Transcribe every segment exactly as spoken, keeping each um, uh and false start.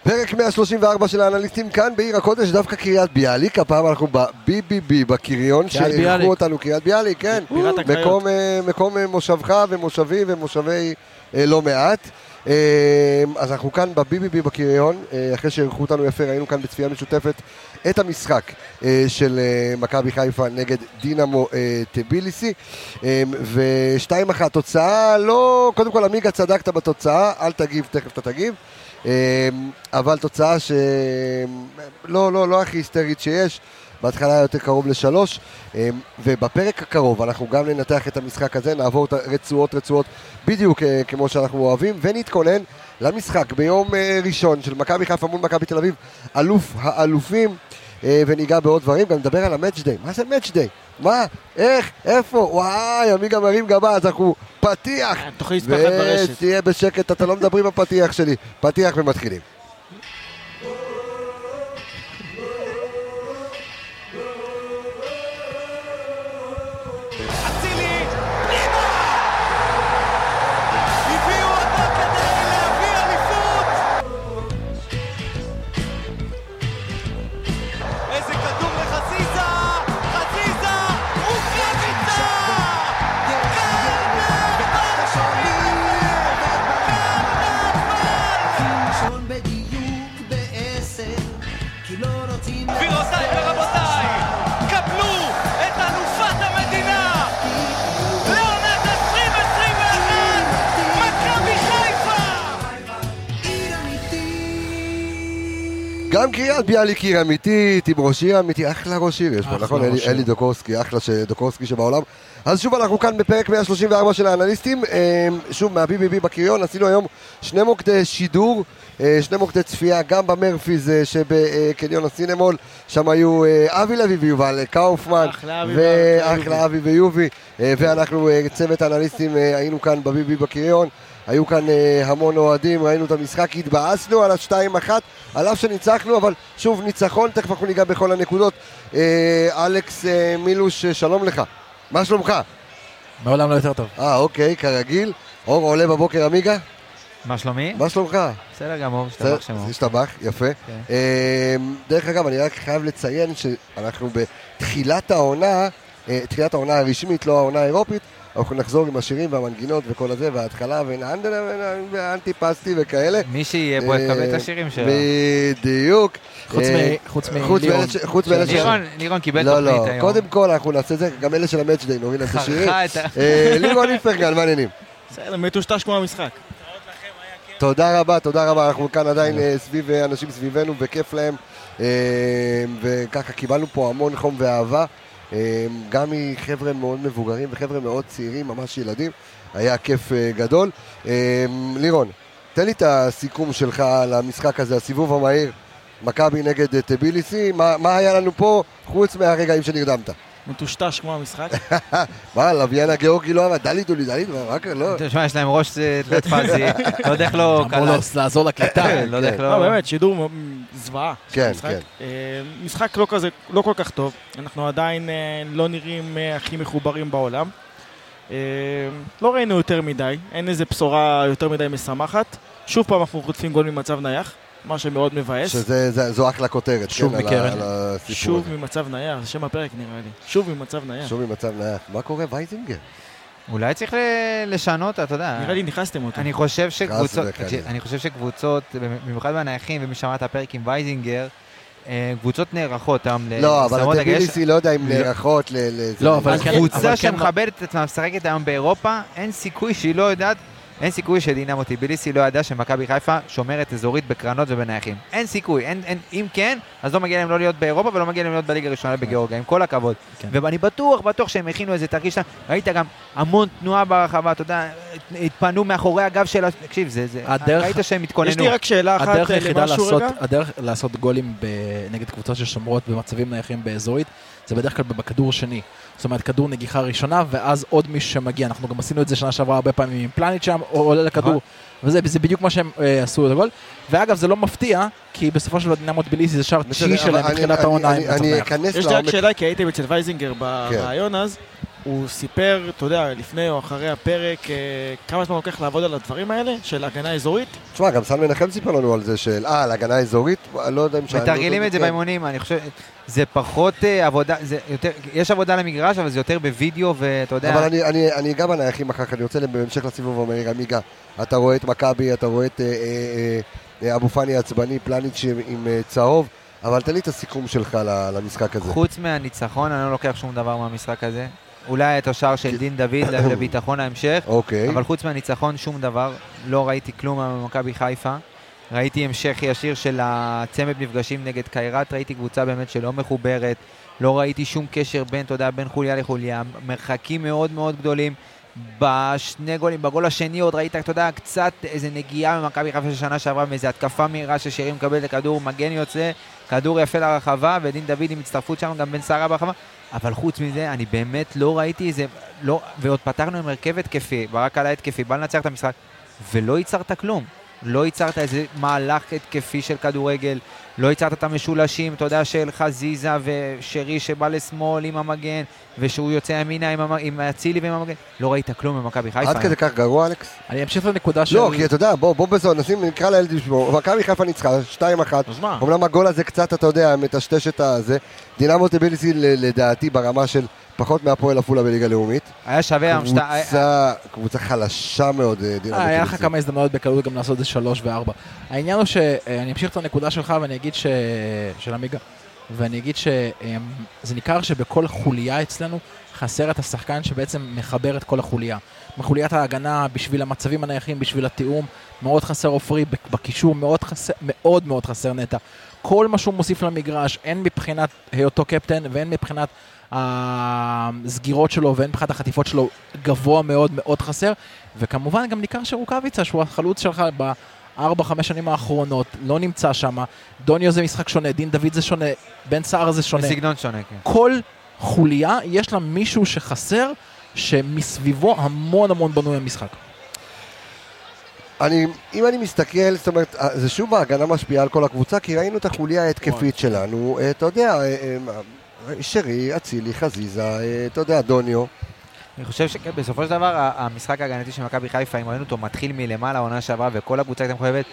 פרק מאה שלושים וארבע של האנליסטים כאן בעיר הקודש, דווקא קריית ביאליק, הפעם אנחנו ב-בי בי בי בקריון, שאירחו אותנו קריית ביאליק, כן, מקום, מקום מושבך ומושבי ומושבי לא מעט. אז אנחנו כאן ב-בי בי בי בקריון, אחרי שאירחו אותנו יפה, ראינו כאן בצפייה משותפת את המשחק של מכבי חיפה נגד דינמו טביליסי, ושתיים אחת, תוצאה לא, קודם כל עמיגה צדקת בתוצאה, אל תגיב, תכף אתה תגיב, אבל תוצאה שלא, לא, לא הכי היסטרית שיש, בהתחלה יותר קרוב לשלוש, ובפרק הקרוב אנחנו גם ננתח את המשחק הזה, נעבור את רצועות רצועות בדיוק כמו שאנחנו אוהבים, ונתכונן למשחק ביום ראשון של מכבי חיפה מול מכבי תל אביב, אלוף האלופים, וניגע בעוד דברים, גם נדבר על המאץ' דיי. מה זה מאץ' דיי? מה? איך? איפה? וואי, עמיגה מרים גבה, אז אנחנו פתיח, ותהיה בשקט, אתה לא מדברים בפתיח שלי, פתיח ומתחילים. גם קריית ביאליק עיר אמיתית, עם ראש עיר אמיתי, אחלה ראש עיר יש פה, נכון? אלי דוקורסקי, אחלה דוקורסקי שבעולם. אז שוב אנחנו כאן בפרק מאה שלושים וארבע של האנליסטים, שוב מה-בי בי בי בקריון, עשינו היום שני מוקדי שידור, שני מוקדי צפייה, גם במרפיז שבקניון הסינמול, שם היו אבי לוי ויובל קאופמן, ואחלה אבי ויובי, ואנחנו צוות האנליסטים היינו כאן ב-בי בי בי בקריון, היו כאן uh, המון אוהדים, ראינו את המשחק, התבאסנו על השתיים אחת, על אף שניצחנו, אבל שוב ניצחון, תכף אנחנו ניגע בכל הנקודות. uh, אלכס uh, מילוש, שלום לך, מה שלומך? מעולם לא יותר טוב. אה, אוקיי, כרגיל. אור עולה בבוקר עמיגה? מה שלומי? מה שלומך? בסדר גמור, שתבח שמו. שתבח, יפה. Okay. uh, דרך אגב, אני רק חייב לציין שאנחנו בתחילת העונה, uh, תחילת העונה הרשמית, לא העונה האירופית, אנחנו נחזור עם השירים והמנגינות וכל הזה, וההתחלה, ואנטיפסטי וכאלה. מי שיהיה בו יקבל את השירים שלו. בדיוק. חוץ מלירון. חוץ מאלה של... לירון קיבל תוכנית היום. לא, לא, קודם כל אנחנו נעשה זה, גם אלה של המאץ' דיי, נוריד את השירים. לירון איפרגן, מה נהנים? בסדר, מטושטש כמו המשחק. תודה רבה, תודה רבה, אנחנו כאן עדיין סביב אנשים סביבנו, וכיף להם, וככה קיבלנו פה המון חום ואהבה. גם מחבר'ה מאוד מבוגרים וחבר'ה מאוד צעירים, ממש ילדים, היה כיף גדול. לירון, תן לי את הסיכום שלך על המשחק הזה, הסיבוב המהיר, מכבי נגד טביליסי, מה, מה היה לנו פה חוץ מהרגעים שנרדמת? מטושטש כמו המשחק. מה, לוויין הגיאורגי לא עמד, דלי דולי, דלי דולי, רק לא. תשמע, יש להם ראש תלת פאזי, לא יודע איך לא קלה. אמור לעזור לקליטה. לא יודע איך לא... לא, באמת, שידור זוועה. כן, כן. משחק לא כזה, לא כל כך טוב. אנחנו עדיין לא נראים הכי מחוברים בעולם. לא ראינו יותר מדי, אין איזה בשורה יותר מדי משמחת. שוב פעם אנחנו חוטפים גול ממצב נייח. מה שמאוד מבאס. שזו אחלה כותרת. שוב מקרן. שוב ממצב נייח, זה שם הפרק נראה לי. שוב ממצב נייח. שוב ממצב נייח. מה קורה וייזינגר? אולי צריך לשנות, אתה יודע. נראה לי נכנסתם אותו. אני חושב שקבוצות, אני חושב שקבוצות, במיוחד בנייחים, ומי שמע את הפרק עם וייזינגר, קבוצות נערכות. לא, אבל הטביליסי לא יודע אם נערכות. לא, אבל קבוצה שמכבדת את המשחקת היום באירופה, אין סיכוי שהיא לא יודעת, אין סיכוי שדינמו טביליסי לא ידע שמכבי חיפה שומרת אזורית בקרנות ובנייחים. אין סיכוי. אין, אין, אם כן, אז לא מגיע להם לא להיות באירופה ולא מגיע להם להיות בליגה הראשונה בגיאורגיה, עם כל הכבוד. כן. ואני בטוח, בטוח שהם הכינו איזה תרגיש שם. ראית גם המון תנועה ברחבה, אתה יודע, התפנו מאחורי הגב של... תקשיב, זה, זה... הדרך... ראית שהם התכוננו. יש לי רק שאלה אחת למשהו רגע. הדרך לעשות גולים נגד קבוצות ששומרות במצבים נייחים באזורית, זה בדרך כלל בכדור שני. זאת אומרת, כדור נגיחה ראשונה, ואז עוד מישהו שמגיע. אנחנו גם עשינו את זה שנה שעברה הרבה פעמים עם פלניץ' שם, או עולה לכדור. וזה בדיוק מה שהם עשו את הגול. ואגב, זה לא מפתיע, כי בסופו של דינמו טביליסי זה שער תשיעי שלהם בתחילת העונה. יש לי רק שאלה, כי הייתם אצל וייזינגר ברעיון אז, הוא סיפר, אתה יודע, לפני או אחרי הפרק, כמה זמן לוקח לעבוד על הדברים האלה, של הגנה אזורית. תשמע, גם סן מנחם סיפר לנו על זה, של, אה, על הגנה אזורית, לא יודע אם שאני... מתרגלים את זה באימונים, אני חושב, זה פחות עבודה, זה יותר, יש עבודה למגרש, אבל זה יותר בווידאו, ואתה יודע... אבל אני, אני, אני אגע בנייחים אחר כך, אני רוצה בהמשך לסיבוב אומר, עמיגה, אתה רואה את מכבי, אתה רואה את אבו פאני עצבני, פלניץ' עם צהוב, אבל תן לי את הסיכום שלך למשחק הזה. חוץ מהניצחון, אני לא לוקח שום דבר מהמשחק הזה. אולי את השער של דין דוד לביטחון ההמשך, אבל חוץ מהניצחון שום דבר, לא ראיתי כלום ממכבי חיפה. ראיתי המשך ישיר של הצמד מפגשים נגד קיירת, ראיתי קבוצה באמת שלא מחוברת, לא ראיתי שום קשר בין, אתה יודע, בין חוליה לחוליה, מרחקים מאוד מאוד גדולים. בשני גולים, בגול השני עוד ראית, אתה יודע, קצת איזה נגיעה ממכבי חיפה של שנה שעברה, מאיזה התקפה מהירה ששירים מקבל את הכדור, מגן יוצא, כדור יפה לרחבה, ודין דוד עם הצטרפות שם גם בן סערה ברחבה, אבל חוץ מזה, אני באמת לא ראיתי איזה, לא, ועוד פתרנו עם הרכב התקפי, ברק על ההתקפי, בא לנצח את המשחק, ולא ייצרת כלום. לא ייצרת איזה מהלך התקפי של כדורגל, לא ייצרת את המשולשים, אתה יודע, של חזיזה ושרי שבא לשמאל עם המגן, ושהוא יוצא ימינה עם, עם הצילי ועם המגן. לא ראית כלום ממכבי חיפה. עד כדי כך גרוע, אלכס? אני אמשיך לנקודה של... לא, כי אתה יודע, בוא, בוא בזו, נשים, נקרא לילד בשמו, מכבי חיפה ניצחה, שתיים אחת. אומנם הגול הזה קצת, אתה יודע, מטשטש את הזה. דינמו טביליסי, לדעתי, ברמה של פחות מהפועל עפולה בליגה לאומית. היה שווה... קבוצה, קבוצה חלשה מאוד, דינמו טביליסי. היה לך כמה הזדמנויות בקלות גם לעשות את זה שלוש וארבע. העניין הוא שאני אמשיך את הנקודה שלך ואני אגיד ש... של עמיגה. ואני אגיד שזה ניכר שבכל חוליה אצלנו חסר את השחקן שבעצם מחבר את כל החוליה. מחוליית ההגנה בשביל המצבים הנייחים, בשביל התיאום, מאוד חסר אופרי, בקישור מאוד חסר, מאוד מאוד חסר נטע. כל מה שהוא מוסיף למגרש, אין מבחינת היותו קפטן ואין מבחינת הסגירות שלו ואין מבחינת החטיפות שלו, גבוה מאוד מאוד חסר. וכמובן גם ניכר שרוקאביצה, שהוא החלוץ שלך ב... ארבע, חמש שנים האחרונות, לא נמצא שם. דוניו זה משחק שונה, דין דוד זה שונה, בן סער זה שונה. בסגנון שונה, כן. כל חוליה, יש לה מישהו שחסר, שמסביבו המון המון בנוי המשחק. אני, אם אני מסתכל, זאת אומרת, זה שוב ההגנה משפיעה על כל הקבוצה, כי ראינו את החוליה ההתקפית שלנו, אתה יודע, שרי, אצילי, חזיזה, אתה יודע, דוניו. אני חושב שבסופו של דבר המשחק ההגנתי של מכבי חיפה, אם ראינו אותו מתחיל מלמעלה העונה שעברה וכל הקבוצה הייתה מחויבת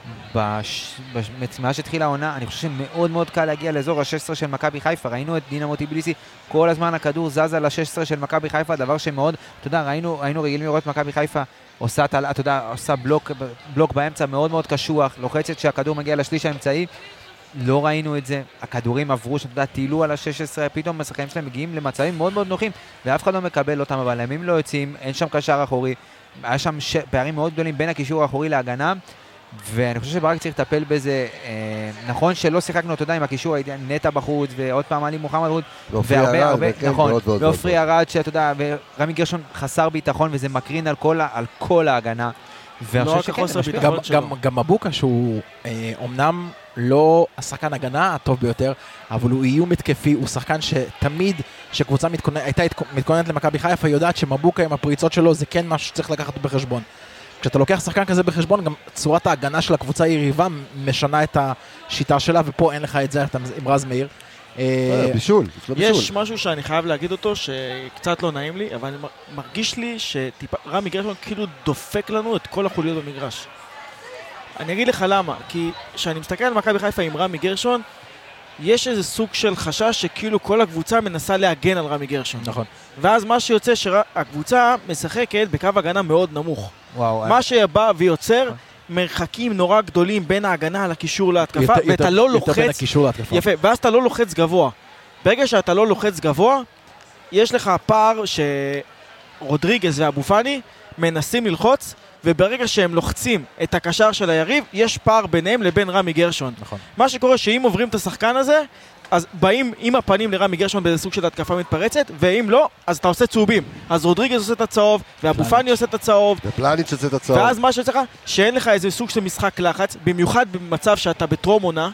מאז שהתחילה העונה, אני חושב שמאוד מאוד קל להגיע לאזור ה-שש עשרה של מכבי חיפה. ראינו את דינמו טביליסי, כל הזמן הכדור זז על ה-שש עשרה של מכבי חיפה, דבר שמאוד, אתה יודע, ראינו, ראינו רגילים לראות מכבי חיפה עושה, אתה יודע, עושה בלוק, בלוק באמצע מאוד מאוד קשוח, לוחצת שהכדור מגיע לשליש האמצעי. לא ראינו את זה, הכדורים עברו, שאתה יודע, טיילו על ה-שש עשרה, פתאום השחקנים שלהם מגיעים למצבים מאוד מאוד נוחים, ואף אחד לא מקבל אותם, אבל הימים לא יוצאים, אין שם קשר אחורי, היה שם ש... פערים מאוד גדולים בין הקישור האחורי להגנה, ואני חושב שברק צריך לטפל בזה, אה, נכון שלא שיחקנו, אתה יודע, עם הקישור, נטע בחוץ, ועוד פעם עלי מוחמד רות, והרבה, הרבה, נכון, ואופרי ארד, שאתה יודע, ורמי גרשון חסר ביטחון, וזה מקרין על כל, על כל ההגנה, לא רק החוסר ביטחון שלו. גם מבוקה שהוא אומנם לא השחקן הגנה הטוב ביותר, אבל הוא איום מתקפי, הוא שחקן שתמיד, שקבוצה הייתה מתכוננת למכבי חיפה, יודעת שמבוקה עם הפריצות שלו, זה כן משהו שצריך לקחת בחשבון. כשאתה לוקח שחקן כזה בחשבון, גם צורת ההגנה של הקבוצה היריבה משנה את השיטה שלה, ופה אין לך את זה, אתה עם רז מאיר. בישול, יש משהו שאני חייב להגיד אותו, שקצת לא נעים לי, אבל מרגיש לי שרמי גרשון כאילו דופק לנו את כל החוליות במגרש. אני אגיד לך למה, כי כשאני מסתכל על מכבי חיפה עם רמי גרשון, יש איזה סוג של חשש שכאילו כל הקבוצה מנסה להגן על רמי גרשון. נכון. ואז מה שיוצא שהקבוצה משחקת בקו הגנה מאוד נמוך. וואו. מה שבא ויוצר מרחקים נורא גדולים בין ההגנה לקישור להתקפה, ואתה לא לוחץ... יפה, ואז אתה לא לוחץ גבוה. ברגע שאתה לא לוחץ גבוה, יש לך פער שרודריגז ואבו פאני מנסים ללחוץ, וברגע שהם לוחצים את הקשר של היריב, יש פער ביניהם לבין רמי גרשון. נכון. מה שקורה שאם עוברים את השחקן הזה, אז באים עם הפנים לרמי גרשון באיזה סוג של התקפה מתפרצת, ואם לא, אז אתה עושה צהובים. אז רודריגז עושה את הצהוב, ואבו פאני עושה את הצהוב. ופלניץ' עושה את הצהוב. ואז מה שיוצא לך, שאין לך איזה סוג של משחק לחץ, במיוחד במצב שאתה בטרום עונה,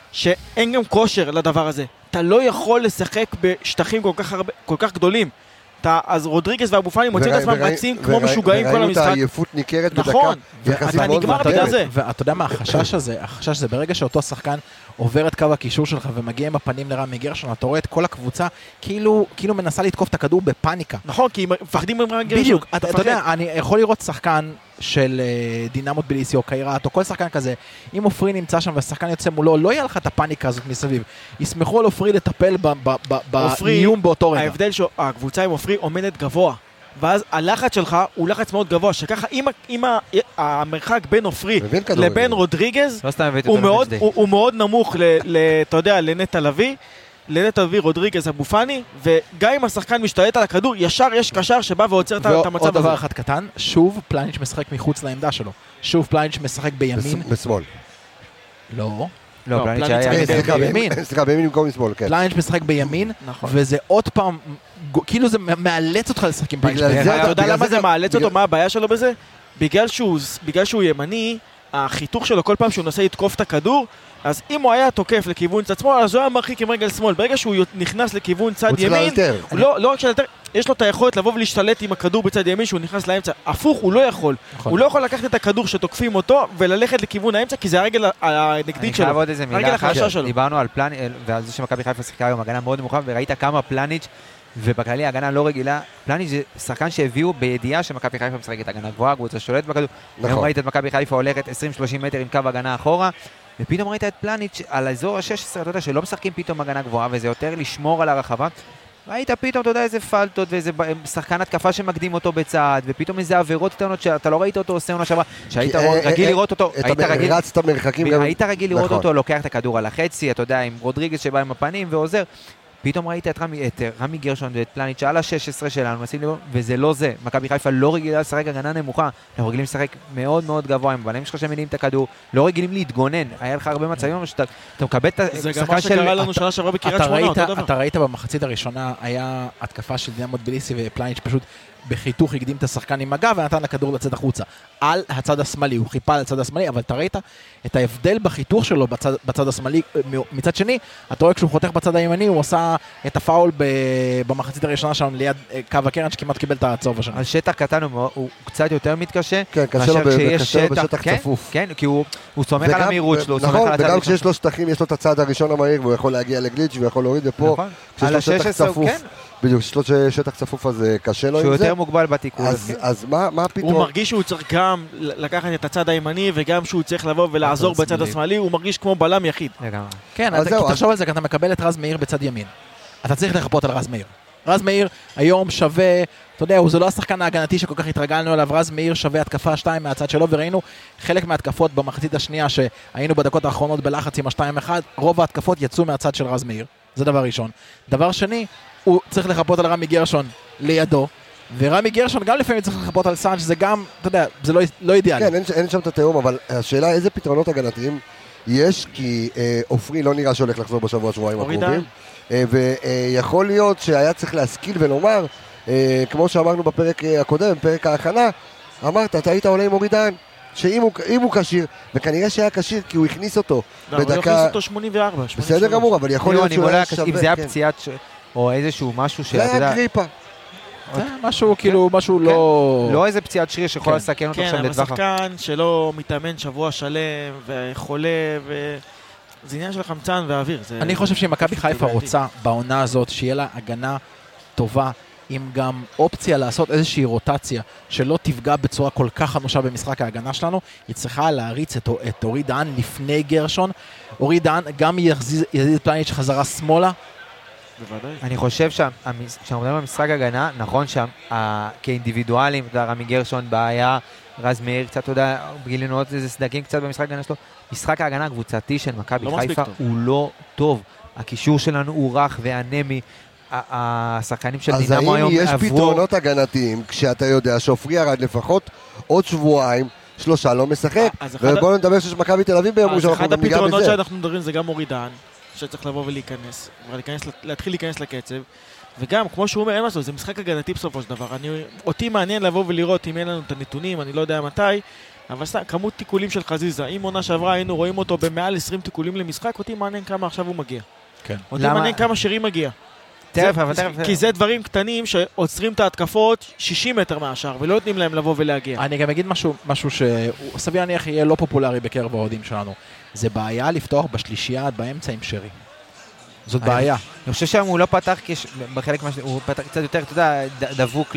שאין גם כושר לדבר הזה. אתה לא יכול לשחק בשטחים כל כך, הרבה, כל כך גדולים. אז רודריגז ואבו פאני מוצאים את עצמם רצים כמו משוגעים כל המשחק. וראינו את העייפות ניכרת בדקה. נכון, אתה נגמר בגלל זה. ואתה יודע מה, החשש הזה, החשש זה ברגע שאותו שחקן עובר את קו הקישור שלך ומגיע עם הפנים לרמי גרשון, אתה רואה את כל הקבוצה כאילו מנסה לתקוף את הכדור בפאניקה. נכון, כי מפחדים עם רמי גרשון. בדיוק, אתה יודע, אני יכול לראות שחקן של דינמו טביליסי או קיירת או כל שחקן כזה, אם אופרי נמצא שם והשחקן יוצא מולו, לא יהיה לך את הפאניקה הזאת מסביב. ישמחו על אופרי לטפל באיום באותו רגע. ההבדל שהקבוצה עם אופרי עומדת גבוה, ואז הלחץ שלך הוא לחץ מאוד גבוה, שככה אם המרחק בין אופרי לבין רודריגז הוא מאוד נמוך, אתה יודע, לנטע לביא, לנטע לביא, רודריגז, אבו פאני, וגם אם השחקן משתלט על הכדור, ישר יש קשר שבא ועוצר את המצב הזה. ועוד דבר אחד קטן, שוב פלניץ' משחק מחוץ לעמדה שלו. שוב פלניץ' משחק בימין. בשמאל. לא. לא, פלניץ' היה בימין. סליחה, בימין במקום משמאל, כן. פלניץ' משחק בימין, וזה עוד פעם, כאילו זה מאלץ אותך לשחק עם פלניץ'. אתה יודע למה זה מאלץ אותו? מה הבעיה שלו בזה? בגלל שהוא ימני, החיתוך שלו כל פעם שהוא נוסע לתקוף את הכדור, אז אם הוא היה תוקף לכיוון צד שמאל, אז הוא היה מרחיק עם רגל שמאל. ברגע שהוא נכנס לכיוון צד ימין, לא, לא רק שלאלתר, יש לו את היכולת לבוא ולהשתלט עם הכדור בצד ימין שהוא נכנס לאמצע. הפוך, הוא לא יכול. הוא לא יכול לקחת את הכדור שתוקפים אותו וללכת לכיוון האמצע, כי זה הרגל הנגדית שלו. אני חייב עוד איזה מילה אחת. דיברנו על פלניץ' ועל זה שמכבי חיפה שיחקה היום הגנה מאוד נמוכה, וראית כמה פלניץ' ובכללי הגנה לא רגילה. פלניץ' זה שחקן שהביאו בידיעה שמכבי חיפה משחקת הגנה גבוהה, קבוצה שולטת בכדור. היום ראית את מכבי חיפה הולכת עשרים שלושים מטר עם קו הגנה אחורה, ופתאום ראית את פלניץ' על האזור ה-שש עשרה, אתה יודע, שלא משחקים פתאום הגנה גבוהה, וזה יותר לשמור על הרחבה. ראית פתאום, אתה יודע, איזה פלטות, ואיזה שחקן התקפה שמקדים אותו בצד, ופתאום איזה עבירות קטנות שאתה לא ראית אותו עושה עונה שעברה, שהיית רגיל לראות אותו, היית רגיל לראות אותו, לוקח את הכדור על החצי, אתה יודע, עם רודריגז שבא עם הפנים ועוזר. פתאום ראית את רמי, את רמי גרשון ואת פלניץ' על ה-שש עשרה שלנו, וזה לא זה. מכבי חיפה לא רגילה לשחק הגנה נמוכה, אנחנו רגילים לשחק מאוד מאוד גבוה, עם בלמים שלך שמניעים את הכדור, לא רגילים להתגונן. היה לך הרבה מצבים שאתה מקבל את השחקן של... זה גם מה שקרה לנו שנה שעברה בקריית שמונה, אותו דבר. אתה ראית במחצית הראשונה, היה התקפה של דינמו טביליסי ופלניץ' פשוט בחיתוך הקדים את השחקן עם מגע ונתן לכדור לצד החוצה. על הצד השמאלי, הוא חיפה על הצד השמאלי, אבל אתה ראית את ההבדל בחיתוך שלו בצד, בצד השמאלי. מצד שני, אתה רואה כשהוא חותך בצד הימני, הוא עושה את הפאול במחצית הראשונה שלנו ליד קו הקרן שכמעט קיבל את הצהוב השני. על שטח קטן הוא, הוא קצת יותר מתקשה. כן, קשה לו בשטח כן, צפוף. כן, כי הוא, הוא סומך על המהירות שלו, הוא סומך נכון, על הצד וגם כשיש לו שטחים, יש לו את הצד הראשון המהיר, והוא יכול להגיע לגליץ' והוא יכול להוריד לפה. נכון. על ה-שש עשרה, כן. בדיוק, יש לו שטח צפוף אז קשה לו עם זה. שהוא יותר מוגבל בתיקון. אז מה פתאום? הוא מרגיש שהוא צריך גם לקחת את הצד הימני, וגם שהוא צריך לבוא ולעזור בצד השמאלי, הוא מרגיש כמו בלם יחיד. כן, תחשוב על זה, כי אתה מקבל את רז מאיר בצד ימין. אתה צריך לחפות על רז מאיר. רז מאיר היום שווה, אתה יודע, זה לא השחקן ההגנתי שכל כך התרגלנו עליו, רז מאיר שווה התקפה שתיים מהצד שלו, וראינו חלק מההתקפות במחצית השנייה שהיינו בדקות האחרונות בלחץ עם ה-שתיים אחד, רוב ההתקפות יצאו מהצד של רז מאיר. זה דבר ראשון. דבר שני, הוא צריך לחפות על רמי גרשון לידו, ורמי גרשון גם לפעמים צריך לחפות על סאנץ', זה גם, אתה יודע, זה לא, לא אידיאלי. כן, אין, אין שם את התיאום, אבל השאלה איזה פתרונות הגנתיים יש, כי אופרי אה, לא נראה שהולך לחזור בשבוע שבועיים הקרובים, אה, ויכול להיות שהיה צריך להשכיל ולומר, אה, כמו שאמרנו בפרק הקודם, בפרק ההכנה, אמרת, אתה היית עולה עם אורידן, שאם הוא, הוא קשיר, וכנראה שהיה קשיר כי הוא הכניס אותו לא, בדקה... הוא הכניס אותו שמונים וארבע. בסדר גמור, אבל יכול להיות שהוא היה שווה... אם זה היה פציעת... או איזשהו משהו שאתה יודע... זה היה גריפה. משהו כאילו, משהו לא... לא איזה פציעת שריר שיכול לסכן אותו עכשיו לטווח. כן, אבל שחקן שלא מתאמן שבוע שלם וחולה זה עניין של חמצן ואוויר. אני חושב שמכבי חיפה רוצה בעונה הזאת שיהיה לה הגנה טובה, עם גם אופציה לעשות איזושהי רוטציה שלא תפגע בצורה כל כך אנושה במשחק ההגנה שלנו. היא צריכה להריץ את, את אורי דהן לפני גרשון. אורי דהן גם יזיז את פלניץ' חזרה שמאלה. בוודאי. אני חושב שאנחנו מדברים במשחק הגנה, נכון שכאינדיבידואלים, רמי גרשון בעיה, רז מאיר קצת, אתה יודע, גילינו עוד איזה סדקים קצת במשחק הגנה שלו. משחק ההגנה הקבוצתי של מכבי חיפה הוא לא טוב. הקישור שלנו הוא רך ואנמי. השחקנים של דינמו היום עברו... אז האם יש פתרונות הגנתיים כשאתה יודע שאופרי ירד לפחות עוד שבועיים, שלושה לא משחק? ובואו נדבר שיש מכבי תל אביב ביום ראשון, אחד הפתרונות שאנחנו מדברים זה גם אורי דהן, שצריך לבוא ולהיכנס, להתחיל להיכנס לקצב, וגם, כמו שהוא אומר, אין משהו, זה משחק הגנתי בסופו של דבר. אותי מעניין לבוא ולראות אם אין לנו את הנתונים, אני לא יודע מתי, אבל כמות תיקולים של חזיזה, אם עונה שעברה היינו רואים אותו במעל עשרים תיקולים למשחק, אותי מעניין כמה עכשיו הוא מגיע. אותי מעניין כמה שירים מגיע. כי זה דברים קטנים שעוצרים את ההתקפות שישים מטר מהשאר, ולא נותנים להם לבוא ולהגיע. אני גם אגיד משהו שסביר להניח יהיה לא פופולרי בקרב האוהדים שלנו. זה בעיה לפתוח בשלישייה עד באמצע עם שרי. זאת בעיה. אני חושב שהיום הוא לא פתח, בחלק מה הוא פתח קצת יותר, אתה יודע, דבוק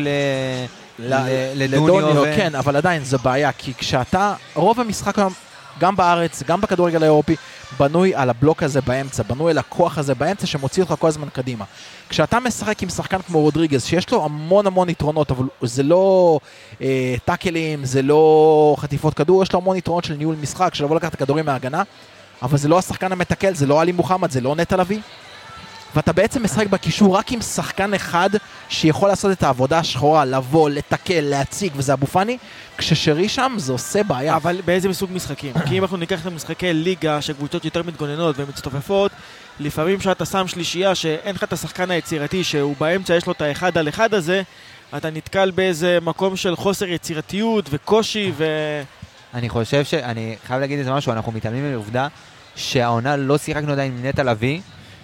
לדוניו. כן, אבל עדיין זו בעיה, כי כשאתה, רוב המשחק היום, גם בארץ, גם בכדורגל האירופי, בנוי על הבלוק הזה באמצע, בנוי על הכוח הזה באמצע שמוציא אותך כל הזמן קדימה. כשאתה משחק עם שחקן כמו רודריגז, שיש לו המון המון יתרונות, אבל זה לא אה, טאקלים, זה לא חטיפות כדור, יש לו המון יתרונות של ניהול משחק, של לבוא לקחת הכדורים מההגנה, אבל זה לא השחקן המתקל, זה לא עלי מוחמד, זה לא נטע לביא. ואתה בעצם משחק בקישור רק עם שחקן אחד שיכול לעשות את העבודה השחורה, לבוא, לתקל, להציג, וזה אבו פאני, כששרי שם זה עושה בעיה. אבל באיזה מסוג משחקים? כי אם אנחנו ניקח את המשחקי ליגה, שקבוצות יותר מתגוננות ומצטופפות, לפעמים שאתה שם שלישייה, שאין לך את השחקן היצירתי, שהוא באמצע יש לו את האחד על אחד הזה, אתה נתקל באיזה מקום של חוסר יצירתיות וקושי ו... אני חושב שאני חייב להגיד איזה משהו, אנחנו מתעלמים מהעובדה שהעונה לא שיחקנו עדיין עם נטע לביא.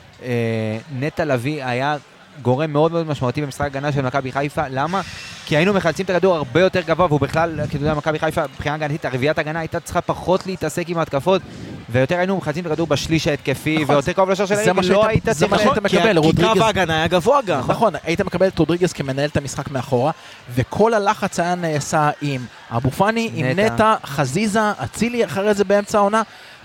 נטע לביא היה גורם מאוד מאוד משמעותי במשחק הגנה של מכבי חיפה. למה? כי היינו מחלצים את הכדור הרבה יותר גבוה, והוא בכלל, כי אתה יודע, מכבי חיפה, מבחינה הגנתית, הרביעיית הגנה הייתה צריכה פחות להתעסק עם ההתקפות, ויותר היינו מחלצים את הכדור בשליש ההתקפי, ויותר קרוב לשער של הרגל, לא היית צריך... זה מה שהיית מקבל, כי קו ההגנה היה גבוה גם. נכון, היית מקבל את רודריגז כמנהל את המשחק מאחורה, וכל הלחץ היה נעשה עם אבו פאני, עם נטע, חזיזה, אצילי אחרי זה באמצע העונה,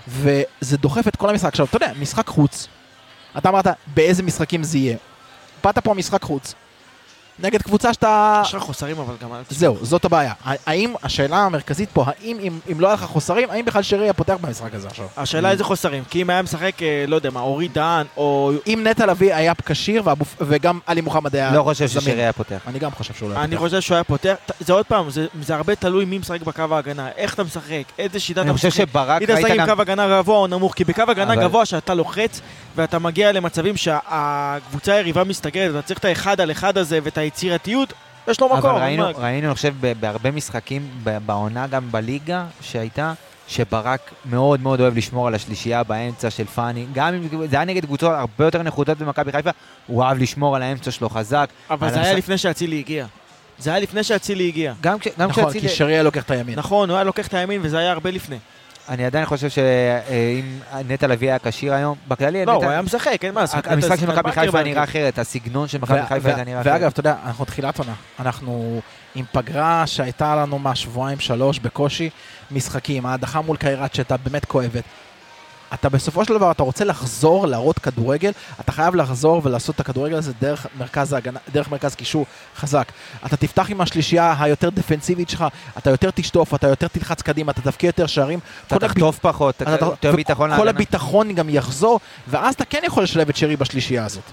וזה דוחף את כל המשחק. עכשיו, אתה יודע, משחק חוץ. אתה אמרת, באיזה משחקים זה יהיה? באת פה משחק חוץ. נגד קבוצה שאתה... יש לך חוסרים, אבל גם... זהו, זאת הבעיה. האם, השאלה המרכזית פה, האם, אם, אם לא היה לך חוסרים, האם בכלל שרי היה פותח במשחק הזה עכשיו? השאלה איזה חוסרים, כי אם היה משחק, לא יודע מה, אורי דהן, או... אם נטע לביא היה כשיר, וגם עלי מוחמד היה... לא חושב ששרי היה פותח. אני גם חושב שהוא לא היה פותח. אני חושב שהוא היה פותח. זה עוד פעם, זה, זה הרבה תלוי מי משחק בקו ההגנה, איך אתה משחק, איזה שיטה אתה משחק. אני חושב שברק היית משחק עם קו הגנה גבוה או נמוך, כי בקו הגנה גבוה שאתה לוחץ, ואתה מגיע למצבים שהקבוצה היריבה מסתגרת, ואתה צריך את האחד על אחד הזה ואת היצירתיות, יש לו מקום. אבל ראינו, ראינו, אני חושב, בהרבה משחקים בעונה, גם בליגה שהייתה, שברק מאוד מאוד אוהב לשמור על השלישייה באמצע של פאני. גם אם זה היה נגד קבוצות הרבה יותר נחותות במכבי חיפה, הוא אוהב לשמור על האמצע שלו חזק. אבל זה היה לפני שאצילי הגיע. זה היה לפני שאצילי הגיע. גם נכון, כי שרי היה לוקח את הימין. נכון, הוא היה לוקח את הימין, וזה היה הרבה לפני. אני עדיין חושב שאם נטע לביא היה כשיר היום, בכללי... לא, הוא היה משחק, אין מה. המשחק של מכבי חיפה נראה אחרת, הסגנון של מכבי חיפה נראה אחרת. ואגב, אתה יודע, אנחנו תחילת עונה, אנחנו עם פגרה שהייתה לנו מהשבועיים שלוש בקושי משחקים, ההדחה מול קיירת שהייתה באמת כואבת. אתה בסופו של דבר, אתה רוצה לחזור, להראות כדורגל, אתה חייב לחזור ולעשות את הכדורגל הזה דרך מרכז ההגנה, דרך מרכז קישור חזק. אתה תפתח עם השלישייה היותר דפנסיבית שלך, אתה יותר תשטוף, אתה יותר תלחץ קדימה, אתה תפקיע יותר שערים. אתה תחטוף פחות, יותר ביטחון להגנה. כל הביטחון גם יחזור, ואז אתה כן יכול לשלב את שרי בשלישייה הזאת.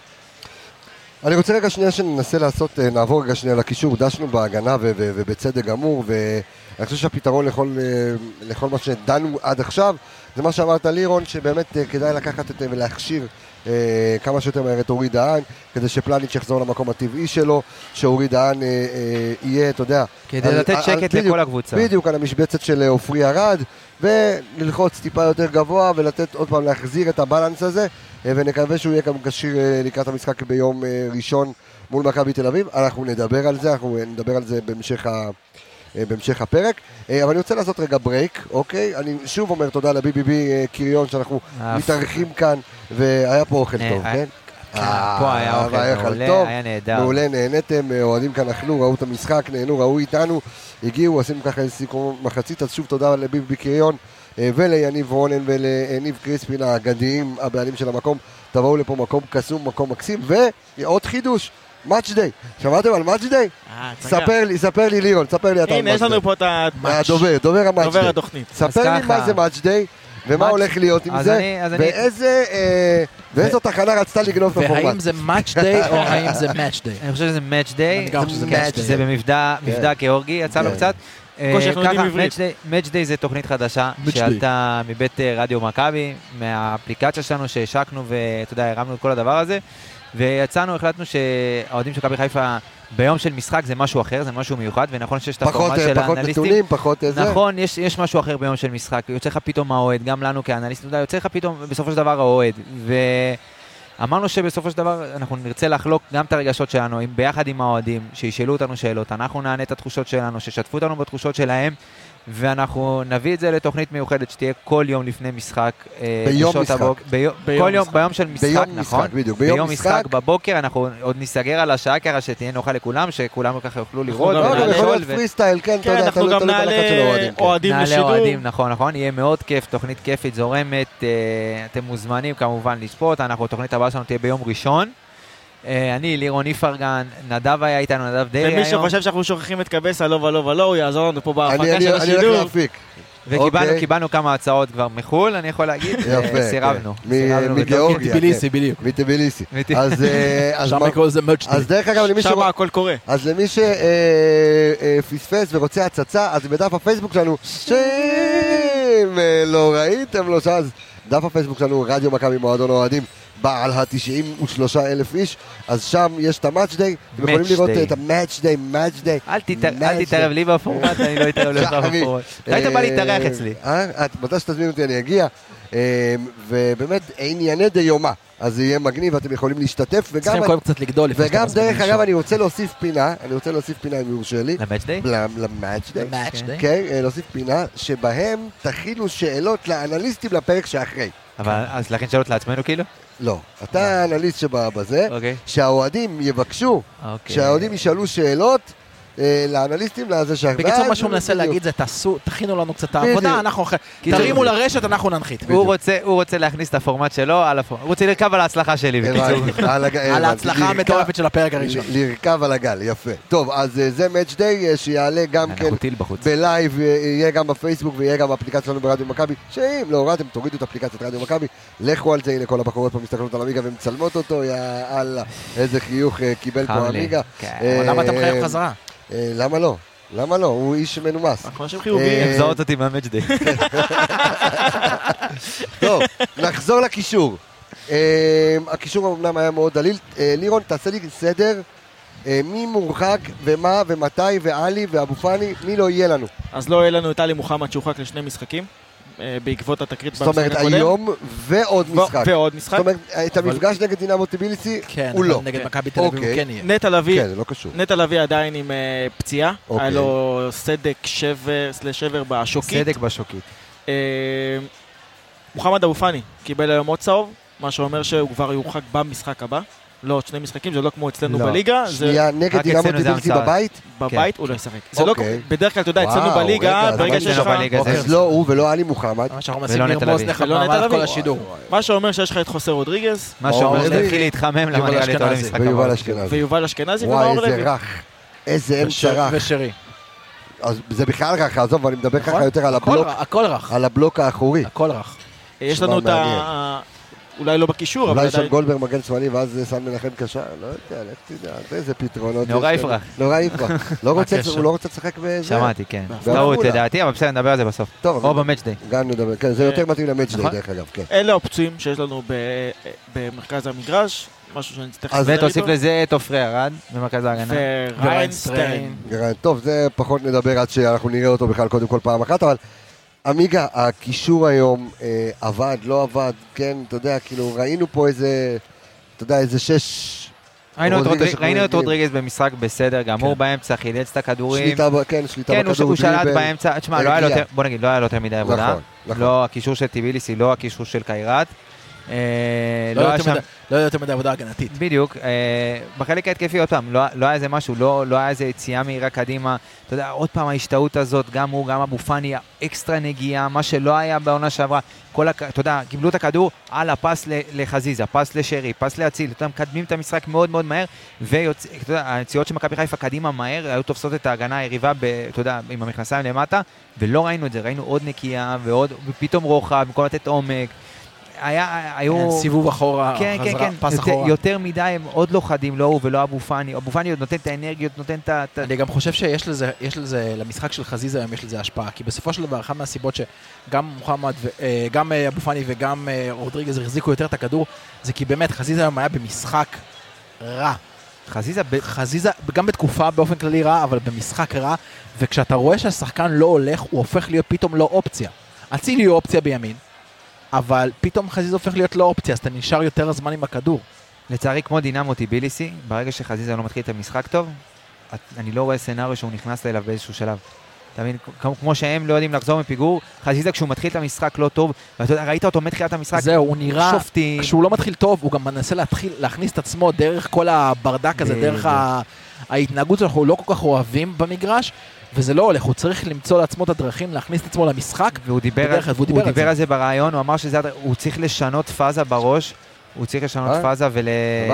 אני רוצה רגע שנייה שננסה לעשות, נעבור רגע שנייה לקישור, דשנו בהגנה ובצדק גמור, ואני חושב שהפתרון לכל מה שדנו עד עכשיו, זה מה שאמרת לירון, שבאמת כדאי לקחת את ולהכשיר כמה שיותר מהר את אורי דהן, כדי שפלניץ' יחזור למקום הטבעי שלו, שאורי דהן יהיה, אתה יודע... כדי לתת שקט לכל הקבוצה. בדיוק, על המשבצת של עופרי ארד, וללחוץ טיפה יותר גבוה, ולתת עוד פעם להחזיר את הבלנס הזה, ונקווה שהוא יהיה גם כשיר לקראת המשחק ביום ראשון מול מכבי תל אביב. אנחנו נדבר על זה, אנחנו נדבר על זה בהמשך ה... בהמשך הפרק, אבל אני רוצה לעשות רגע ברייק, אוקיי? אני שוב אומר תודה לבי בי בי קריון שאנחנו מתארחים כאן, והיה פה אוכל טוב, כן? פה היה אוכל טוב, היה נהדר. מעולה, נהנתם, אוהדים כאן אכלו, ראו את המשחק, נהנו, ראו איתנו, הגיעו, עשינו ככה איזה סיכום מחצית, אז שוב תודה לבי בי בי קריון, וליניב רונן ולניב קריספין האגדיים, הבעלים של המקום, תבואו לפה מקום קסום, מקום מקסים, ועוד חידוש. מאץ' דיי, שמעתם על מאץ' דיי? ספר לי, ספר לי לירון, ספר לי אתה על מאץ' דיי. הנה, יש לנו פה את הדובר, דובר המאץ' דיי. דובר התוכנית. ספר לי מה זה מאץ' דיי, ומה הולך להיות עם זה, ואיזו תחנה רצתה לגנוב את הפורמט. והאם זה מאץ' דיי או האם זה מאץ' דיי? אני חושב שזה מאץ' דיי, זה במבדע גיאורגי, יצא לו קצת. מאץ' דיי זה תוכנית חדשה שעלתה מבית רדיו מכבי, מהאפליקציה שלנו שהשקנו ואתה יודע, הרמנו את כל הדבר הזה. ויצאנו, החלטנו שהאוהדים של מכבי חיפה ביום של משחק זה משהו אחר, זה משהו מיוחד, ונכון שיש את הפורמט של האנליסטים. פחות נתונים, פחות איזה. נכון, יש, יש משהו אחר ביום של משחק, יוצא לך פתאום האוהד, גם לנו כאנליסטים, יוצא לך פתאום בסופו של דבר האוהד, אמרנו שבסופו של דבר אנחנו נרצה לחלוק גם את הרגשות שלנו, ביחד עם האוהדים, שישאלו אותנו שאלות, אנחנו נענה את התחושות שלנו, ששתפו אותנו בתחושות שלהם, ואנחנו נביא את זה לתוכנית מיוחדת שתהיה כל יום לפני משחק. ביום משחק. כל יום, ביום של משחק, נכון? בדיוק, ביום משחק בבוקר, אנחנו עוד נסגר על השעה ככה שתהיה נוחה לכולם, שכולם ככה יוכלו לראות ולשאול. פרי סטייל, כן, אתה יודע, אנחנו גם נעלה אוהדים לשידור. נעלה אוהדים, נכון, נכון, יהיה מאוד כיף, תוכנית כיפית, זורמת, אתם מוזמנים כמובן לצפות, אנחנו, התוכנית הבאה שלנו תהיה ביום ראשון. אני, לירון איפרגן, נדב היה איתנו, נדב דרי היום. ומי שחושב שאנחנו שוכחים את קבס, הלא ולא ולא, הוא יעזור לנו פה בהפקה של השידור. אני הולך להפיק. וקיבלנו כמה הצעות כבר מחול, אני יכול להגיד, סירבנו. מגיאורגיה. מטביליסי, בדיוק. מטביליסי. שם לקרוא לזה מרץ' דיי. אז דרך אגב, שם הכל קורה. אז למי שפספס ורוצה הצצה, אז בדף הפייסבוק שלנו, שאם לא ראיתם לו, אז דף הפייסבוק שלנו, רדיו מכבי מועדון אוהדים, בעל ה-תשעים ושלושה אלף איש, אז שם יש את המאץ' דיי, אתם יכולים לראות את המאץ' דיי, מאץ' דיי. אל תתערב לי בפורמט, אני לא אתערב לך בפורמט. היית בא להתארח אצלי. מתי שתזמין אותי אני אגיע, ובאמת ענייני דיומה, אז זה יהיה מגניב, אתם יכולים להשתתף, צריכים קודם קצת לגדול. וגם דרך אגב אני רוצה להוסיף פינה, אני רוצה להוסיף פינה אם יורשה לי. למאץ' דיי? למאץ' דיי. כן, להוסיף פינה, שבהם תכילו שאלות לאנליסטים לפרק שאחרי. אבל אז להכין שאלות לעצמנו כאילו? לא, אתה האנליסט שבא בזה, שהאוהדים יבקשו, שהאוהדים ישאלו שאלות לאנליסטים לזה שאחרי. בקיצור, מה שהוא מנסה להגיד זה, תכינו לנו קצת העבודה, אנחנו תרימו לרשת, אנחנו ננחית. הוא רוצה להכניס את הפורמט שלו, הוא רוצה לרכב על ההצלחה שלי, בקיצור. על ההצלחה המטורפת של הפרק הראשון. לרכב על הגל, יפה. טוב, אז זה מאץ' דיי שיעלה גם כן בלייב, יהיה גם בפייסבוק ויהיה גם באפליקציה שלנו ברדיו מכבי, שאם לא הורדתם, תורידו את אפליקציית רדיו מכבי, לכו על זה, הנה כל הבחורות פה מסתכלות על עמיגה ומצלמות אותו, יאללה, איזה חיוך קיבל פה עמיגה. למה אתה מחייב חזרה? למה לא? למה לא? הוא איש מנומס. אנחנו אנשים חיוביים. הם זהות אותי מהמאץ' דיי. טוב, נחזור לקישור. הקישור אמנם היה מאוד דליל. לירון, תעשה לי סדר. מי מורחק ומה ומתי ואלי ואבו פאני, מי לא יהיה לנו? אז לא יהיה לנו את אלי מוחמד שהורחק לשני משחקים. בעקבות התקרית במשחק הקודם. זאת אומרת, היום ועוד משחק. ועוד משחק. זאת אומרת, את המפגש נגד דינמו טביליסי, הוא לא. כן, נגד מכבי תל אביב הוא כן יהיה. נטע לביא, כן, זה לא קשור. נטע לביא עדיין עם פציעה, היה לו סדק שבר, סלש שבר בשוקית. סדק בשוקית. מוחמד אבו פאני קיבל היום עוד צהוב, מה שאומר שהוא כבר יורחק במשחק הבא. לא, עוד שני משחקים, זה לא כמו אצלנו בליגה. שנייה, נגד דינמו טביליסי בבית? בבית הוא לא ישחק. זה לא, בדרך כלל, אתה יודע, אצלנו בליגה, ברגע שיש לך... אז לא הוא ולא אלי מוחמד. ולא נטע לביא. מה שאומר שיש לך את חוסר רודריגז. מה שאומר שתתחיל להתחמם למה נראה לי את העולה משחק. ויובל אשכנזי. ויובל אשכנזי ומאור לוי. וואי, איזה רך. איזה אמצע רך. ושרי. אז זה בכלל רך, עזוב, אני מדבר ככה יותר על הבלוק. הכל רך. על הבלוק האחורי. הכל רך. יש לנו את ה... אולי לא בקישור, אבל... אולי שם גולדברג מגן שמאלי, ואז שם מנחם קשר, לא יודע, לך תדע, איזה פתרונות... נורא יפרח. נורא יפרח. הוא לא רוצה לשחק בזה? שמעתי, כן. טעות לדעתי, אבל בסדר, נדבר על זה בסוף. או במאץ' דיי. גם נדבר, כן, זה יותר מתאים למאץ' דיי, דרך אגב, כן. אלה האופצועים שיש לנו במרכז המגרש, משהו שאני צריך... ותוסיף לזה את עופרי ארד, במרכז ההגנה. וריינסטיין. טוב, זה פחות נדבר עד שאנחנו נראה אותו בכלל קודם כל פעם אחת, אבל... עמיגה, הקישור היום אה, עבד, לא עבד, כן, אתה יודע, כאילו, ראינו פה איזה, אתה יודע, איזה שש... ראינו את רודריגז במשחק בסדר, גמור באמצע, חילץ את הכדורים. שליטה, כן, שליטה בכדור. כן, הוא שלט באמצע, תשמע, בוא נגיד, לא היה לו יותר מדי עבודה. לא הקישור של טביליסי, לא הקישור של קיירת. לא היה יותר מדי עבודה הגנתית. בדיוק, בחלק ההתקפי עוד פעם, לא היה איזה משהו, לא היה איזה יציאה מהירה קדימה, אתה יודע, עוד פעם ההשתאות הזאת, גם הוא, גם אבו פאני, אקסטרה נגיעה, מה שלא היה בעונה שעברה, אתה יודע, קיבלו את הכדור על הפס לחזיזה, פס לשרי, פס להציל, אתה יודע, מקדמים את המשחק מאוד מאוד מהר, והיציאות של מכבי חיפה קדימה מהר, היו תופסות את ההגנה היריבה, אתה יודע, עם המכנסיים למטה, ולא ראינו את זה, ראינו עוד נקייה, ופתאום רוחב, במקום לתת עומק, היה, היו... סיבוב אחורה, חזרה, פס אחורה. יותר מדי, הם עוד לא חדים, לא הוא ולא אבו פאני. אבו פאני עוד נותן את האנרגיות, נותן את ה... אני גם חושב שיש לזה, יש לזה, למשחק של חזיזה היום יש לזה השפעה, כי בסופו של דבר, אחת מהסיבות שגם מוחמד, גם אבו פאני וגם רודריגז החזיקו יותר את הכדור, זה כי באמת חזיזה היום היה במשחק רע. חזיזה, חזיזה, גם בתקופה באופן כללי רע, אבל במשחק רע, וכשאתה רואה שהשחקן לא הולך, הוא הופך להיות פתאום לא אופציה. אצילי הוא אופציה בימין. אבל פתאום חזיזה הופך להיות לא אופציה, אז אתה נשאר יותר זמן עם הכדור. לצערי, כמו דינמו טיביליסי, ברגע שחזיזה לא מתחיל את המשחק טוב, אני לא רואה סנריו שהוא נכנס אליו באיזשהו שלב. אתה מבין, כמו שהם לא יודעים לחזור מפיגור, חזיזה כשהוא מתחיל את המשחק לא טוב, ואתה יודע, ראית אותו מתחילת המשחק, זהו, הוא נראה, שופטי. כשהוא לא מתחיל טוב, הוא גם מנסה להתחיל, להכניס את עצמו דרך כל הברדק הזה, דרך ההתנהגות שאנחנו לא כל כך אוהבים במגרש, וזה לא הולך, הוא צריך למצוא לעצמו את הדרכים, להכניס את עצמו למשחק, והוא דיבר על זה ברעיון, הוא אמר שהוא צריך לשנות פאזה בראש, הוא צריך לשנות פאזה ול...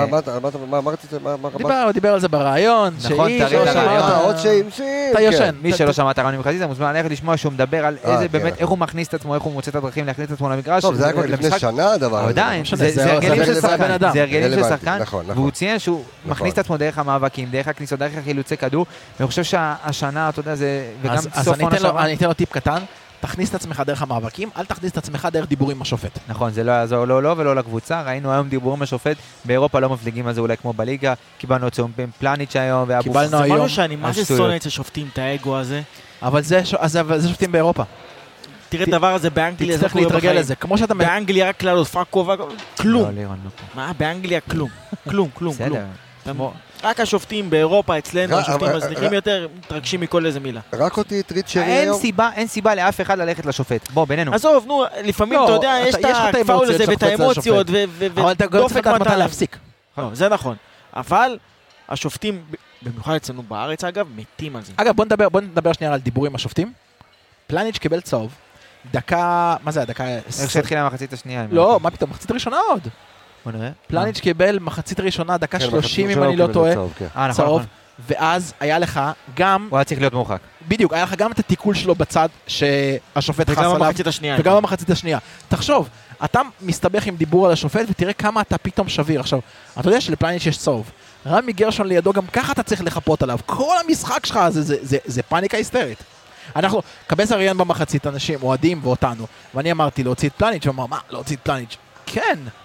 מה אמרתי? הוא דיבר על זה ברעיון, נכון, תראי את הרעיון. עוד שאם אתה ישן. מי שלא שמע את הרעיון עם חזיזה, מוזמן ללכת לשמוע שהוא מדבר על איזה באמת, איך הוא מכניס את עצמו, איך הוא מוצא את הדרכים להכניס את עצמו למגרש. טוב, זה היה כבר לפני שנה הדבר הזה. עדיין, זה הרגלים של שחקן, זה הרגלים של שחקן, והוא ציין שהוא מכניס את עצמו דרך המאבקים, דרך הכניסות, דרך החילוצי כדור, ואני חושב שהשנה, אתה יודע, זה... אז אני אתן לו טיפ קטן. תכניס את עצמך דרך המאבקים, אל תכניס את עצמך דרך דיבורים עם השופט. נכון, זה לא יעזור לא לו ולא לקבוצה, ראינו היום דיבורים עם השופט, באירופה לא מפליגים על זה אולי כמו בליגה, קיבלנו את צהובים פלניץ' היום, קיבלנו היום. זה משהו שאני מה ששונא את השופטים, את האגו הזה. אבל זה שופטים באירופה. תראה את הדבר הזה באנגליה, תצטרך להתרגל לזה, כמו שאתה... באנגליה רק כלל פאקו, כלום. מה, באנגליה כלום, כלום, כלום, כלום. רק השופטים באירופה, אצלנו, השופטים מזניחים יותר, מתרגשים מכל איזה מילה. רק אותי טריט שרי היום. אין סיבה לאף אחד ללכת לשופט. בוא, בינינו. עזוב, נו, לפעמים אתה יודע, יש את הפאול הזה ואת האמוציות, אבל אתה גם צריך לדעת מתי להפסיק. זה נכון. אבל השופטים, במיוחד אצלנו בארץ, אגב, מתים על זה. אגב, בוא נדבר שנייה על דיבורים עם השופטים. פלניץ' קיבל צהוב. דקה, מה זה הדקה? איך שהתחילה המחצית השנייה. לא, מה פתאום, מחצית ראשונה עוד. בוא נראה. פלניץ' קיבל מחצית ראשונה, דקה שלושים אם אני לא טועה, צהוב, ואז היה לך גם... הוא היה צריך להיות מורחק. בדיוק, היה לך גם את התיקול שלו בצד שהשופט חס עליו. וגם המחצית השנייה. וגם המחצית השנייה. תחשוב, אתה מסתבך עם דיבור על השופט ותראה כמה אתה פתאום שביר. עכשיו, אתה יודע שלפלניץ' יש צהוב. רמי גרשון לידו, גם ככה אתה צריך לחפות עליו. כל המשחק שלך זה פאניקה היסטרית. אנחנו, קבס הריין במחצית, אנשים אוהדים ואותנו, ואני אמרתי להוציא את פלניץ', הוא אמר, מה, להוציא את פלניץ'? כן.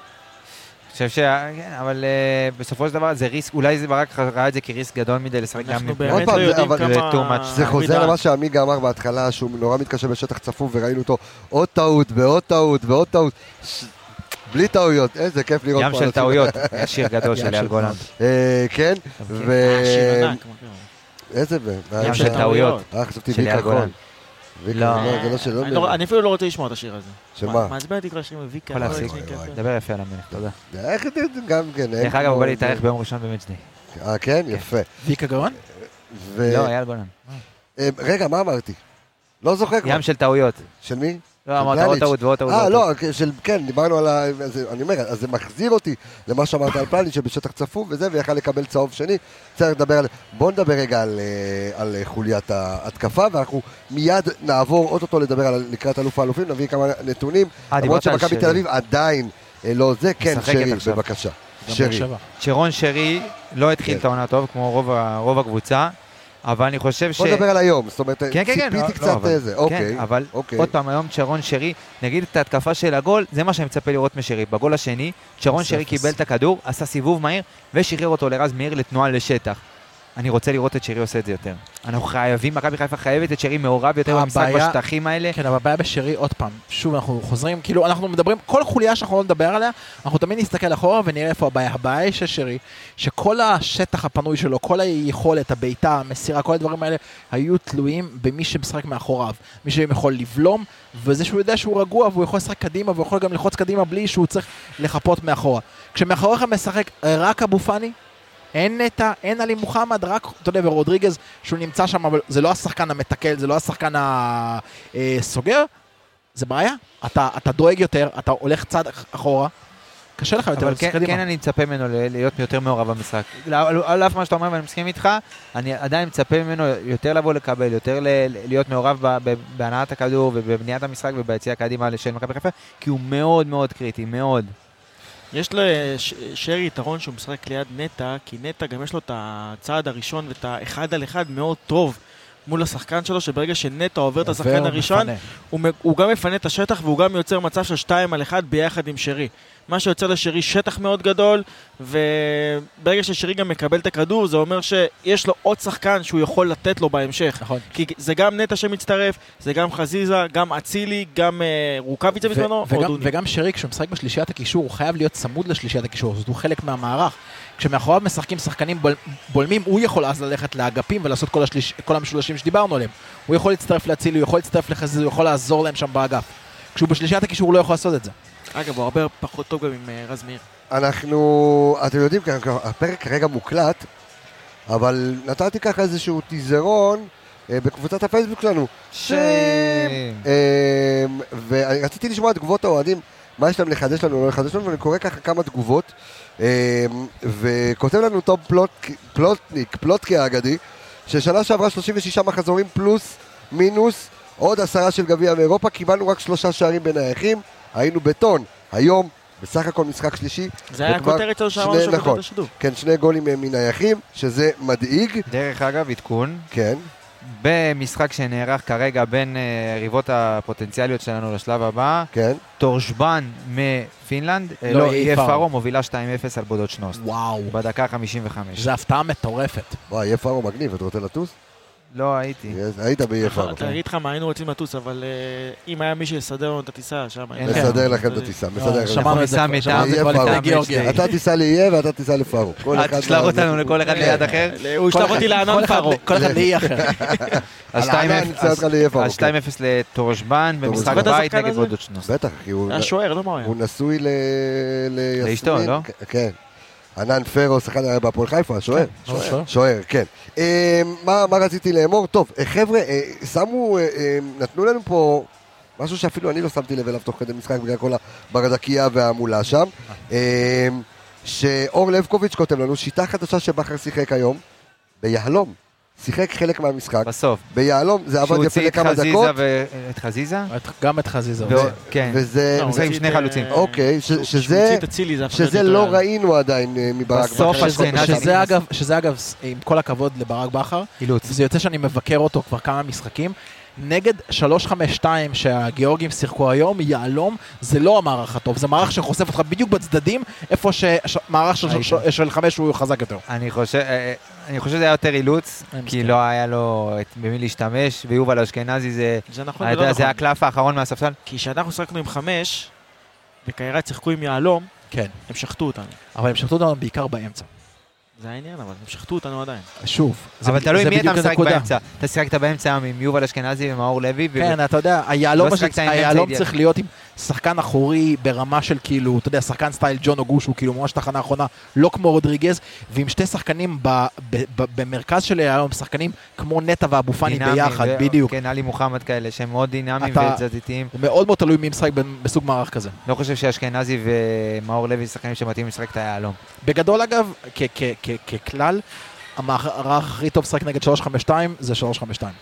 אני חושב ש... כן, אבל בסופו של דבר זה ריסק, אולי זה רק ראה את זה כריסק גדול מדי לשחק גם... אנחנו באמת לא יודעים כמה... זה חוזר למה שעמיגה אמר בהתחלה, שהוא נורא מתקשה בשטח צפוף, וראינו אותו עוד טעות ועוד טעות ועוד טעות. בלי טעויות, איזה כיף לראות פה. ים של טעויות, יש שיר גדול של אייל גולן. כן, ו... איזה ב... ים של טעויות. אה, חשבתי ויקה גולן. אני אפילו לא רוצה לשמוע את השיר הזה. שמה? מעצבן אותי כל השיר עם ויקה. כל להפסיק, דבר יפה על המלך, תודה. איך אתם גם כן? דרך אגב, הוא בא להתארח ביום ראשון במצ'די. אה, כן? יפה. ויקה גולן? לא, אייל גולן. רגע, מה אמרתי? לא זוכר כבר. ים של טעויות. של מי? לא, אמרת עוד טעות ועוד טעות. אה, לא, כן, דיברנו על ה... אני אומר, אז זה מחזיר אותי למה שאמרת על פלניץ' שבשטח צפוף וזה, ויכל לקבל צהוב שני. צריך לדבר על... בואו נדבר רגע על חוליית ההתקפה, ואנחנו מיד נעבור אוטוטו לדבר על לקראת אלוף האלופים, נביא כמה נתונים. למרות שמכבי תל אביב עדיין לא זה, כן, שרי, בבקשה. שרי. שרון שרי לא התחיל את העונה טוב, כמו רוב הקבוצה. אבל אני חושב ש... בוא נדבר על היום, זאת אומרת, ציפיתי קצת איזה, אוקיי. אבל עוד פעם, היום צ'רון שרי, נגיד את ההתקפה של הגול, זה מה שאני מצפה לראות משרי. בגול השני, צ'רון שרי קיבל את הכדור, עשה סיבוב מהיר, ושחרר אותו לרז מאיר לתנועה לשטח. אני רוצה לראות את שרי עושה את זה יותר. אנחנו חייבים, מכבי חיפה חייבת את שרי מעורב יותר במשחק בשטחים האלה. כן, אבל הבעיה בשרי עוד פעם. שוב, אנחנו חוזרים, כאילו, אנחנו מדברים, כל חוליה שאנחנו לא נדבר עליה, אנחנו תמיד נסתכל אחורה ונראה איפה הבעיה. הבעיה היא ששרי, שכל השטח הפנוי שלו, כל היכולת, הביתה, המסירה, כל הדברים האלה, היו תלויים במי שמשחק מאחוריו. מי שיכול לבלום, וזה שהוא יודע שהוא רגוע, והוא יכול לשחק קדימה, והוא יכול גם ללחוץ קדימה בלי שהוא צריך לחפות מאחורה. כשמאחוריך משחק רק אבו פאני, אין נטה, אין עלי מוחמד, רק, אתה יודע, ורודריגז, שהוא נמצא שם, אבל זה לא השחקן המתקל, זה לא השחקן הסוגר, זה בעיה. אתה, אתה דואג יותר, אתה הולך צד אחורה, קשה לך יותר. אבל כן, כן אני מצפה ממנו להיות יותר מעורב במשחק. על אף מה שאתה אומר, ואני מסכים איתך, אני עדיין מצפה ממנו יותר לבוא לקבל, יותר להיות מעורב בהנעת הכדור ובבניית המשחק וביציאה קדימה של מכבי חיפה, כי הוא מאוד מאוד קריטי, מאוד. יש לשרי יתרון שהוא משחק ליד נטה, כי נטה גם יש לו את הצעד הראשון ואת האחד על אחד מאוד טוב, מול השחקן שלו, שברגע שנטו עובר את השחקן הראשון, הוא, הוא גם מפנה את השטח, והוא גם יוצר מצב של שתיים על אחד ביחד עם שרי. מה שיוצר לשרי שטח מאוד גדול, וברגע ששרי גם מקבל את הכדור, זה אומר שיש לו עוד שחקן שהוא יכול לתת לו בהמשך. נכון. כי זה גם נטע שמצטרף, זה גם חזיזה, גם אצילי, גם uh, רוקביצה בזמנו, וגם, וגם שרי, כשהוא משחק בשלישיית הקישור, הוא חייב להיות צמוד לשלישיית הקישור, זאת הוא חלק מהמערך. כשמאחוריו משחקים שחקנים בול, בולמים, הוא יכול אז ללכת לאגפים ולעשות כל, השליש, כל המשולשים שדיברנו עליהם. הוא יכול להצטרף לאצילי, הוא יכול להצטרף לחזיזה, הוא יכול לעזור להם שם באגף. כשהוא בשלישיית הקישור הוא לא יכול לעשות את זה. אגב, הוא הרבה פחות טוב גם עם רז מאיר. אנחנו, אתם יודעים, הפרק כרגע מוקלט, אבל נתתי ככה איזשהו טיזרון בקבוצת הפייסבוק שלנו. שם! ורציתי לשמוע את תגובות האוהדים, מה יש להם לחדש לנו או לא לחדש לנו, ואני קורא ככה כמה תגובות, וכותב לנו טוב פלוטניק, פלוטקי האגדי, ששנה שעברה שלושים ושישה מחזורים פלוס מינוס, עוד עשרה של גביע מאירופה, קיבלנו רק שלושה שערים בנייחים, היינו בטון, היום בסך הכל משחק שלישי. זה היה הכותרת שלו שאמרנו שבטון בשידור. כן, שני גולים מנייחים, שזה מדאיג. דרך אגב, עדכון. כן. במשחק שנערך כרגע בין ריבות הפוטנציאליות שלנו לשלב הבא, כן. טורשבן מפינלנד, לא, יהיה פארו מובילה שתיים אפס על בודות שנוסט. וואו. בדקה חמישים וחמש. זה הפתעה מטורפת. וואי, יהיה פארו מגניב, אתה רוצה לטוס? לא, הייתי. היית ביהיה פארו. אתה אגיד לך מה, היינו רוצים לטוס, אבל אם היה מי שיסדר לנו את הטיסה, שם... מסדר לכם את הטיסה, מסדר לכם. שמענו את זה, שמענו את זה כבר לפני גיאורגיה. אתה טיסה ליהיה ואתה טיסה לפארו. תשלח אותנו לכל אחד ליד אחר. הוא ישלח אותי לענן פארו. כל אחד ליהיה אחר. אז שתיים אפס לטורשבן, במשחק בית נגד בודות שנוסט. בטח, כי הוא... השוער, לא מה הוא נשוי ליסמין. לאשתו, לא? כן. ענן פרו, שחקן בהפועל חיפה, שוער. שוער, כן. מה רציתי לאמור? טוב, חבר'ה, שמו, נתנו לנו פה משהו שאפילו אני לא שמתי לב אליו תוך כדי משחק בגלל כל הברדקייה והמולה שם. שאור לבקוביץ' כותב לנו, שיטה חדשה שבחר שיחק היום, ביהלום. שיחק חלק מהמשחק. בסוף. ביהלום, זה עבד יפה לכמה דקות. את חזיזה? גם את חזיזה. כן. וזה... זה עם שני חלוצים. אוקיי, שזה לא ראינו עדיין מברק בכר. שזה אגב, עם כל הכבוד לברק בכר, זה יוצא שאני מבקר אותו כבר כמה משחקים, נגד שלוש חמש שתיים שהגיאורגים שיחקו היום, יעלום, זה לא המערך הטוב, זה מערך שחושף אותך בדיוק בצדדים, איפה שמערך של חמש הוא חזק יותר. אני חושב, אני חושב שזה היה יותר אילוץ, כי לא היה לו במי להשתמש, ויובל אשכנזי זה זה הקלף האחרון מהספסל. כי כשאנחנו שחקנו עם חמש, וקיירת שיחקו עם יעלום, הם שחטו אותנו. אבל הם שחטו אותנו בעיקר באמצע. זה העניין, אבל הם שחטו אותנו עדיין. שוב. אבל תלוי מי אתה משחק באמצע. אתה שיחקת באמצע עם יובל אשכנזי ומאור לוי. כן, אתה יודע, היעלום צריך להיות עם שחקן אחורי ברמה של כאילו, אתה יודע, שחקן סטייל ג'ון אוגוש, הוא כאילו ממש תחנה האחרונה, לא כמו רודריגז, ועם שתי שחקנים במרכז של היעלום, שחקנים כמו נטע ואבו פאני ביחד, בדיוק. כן, עלי מוחמד כאלה, שהם מאוד דינמיים ותזזיתיים. מאוד מאוד תלוי מי משחק בסוג מערך כזה. לא חושב שאשכנזי ומאור לוי שחקנים שמתאים לשחק את היעלום. בגדול אגב, ככלל, המערך הכי טוב שחק נגד שלוש חמש שתיים זה שלוש חמש שתיים.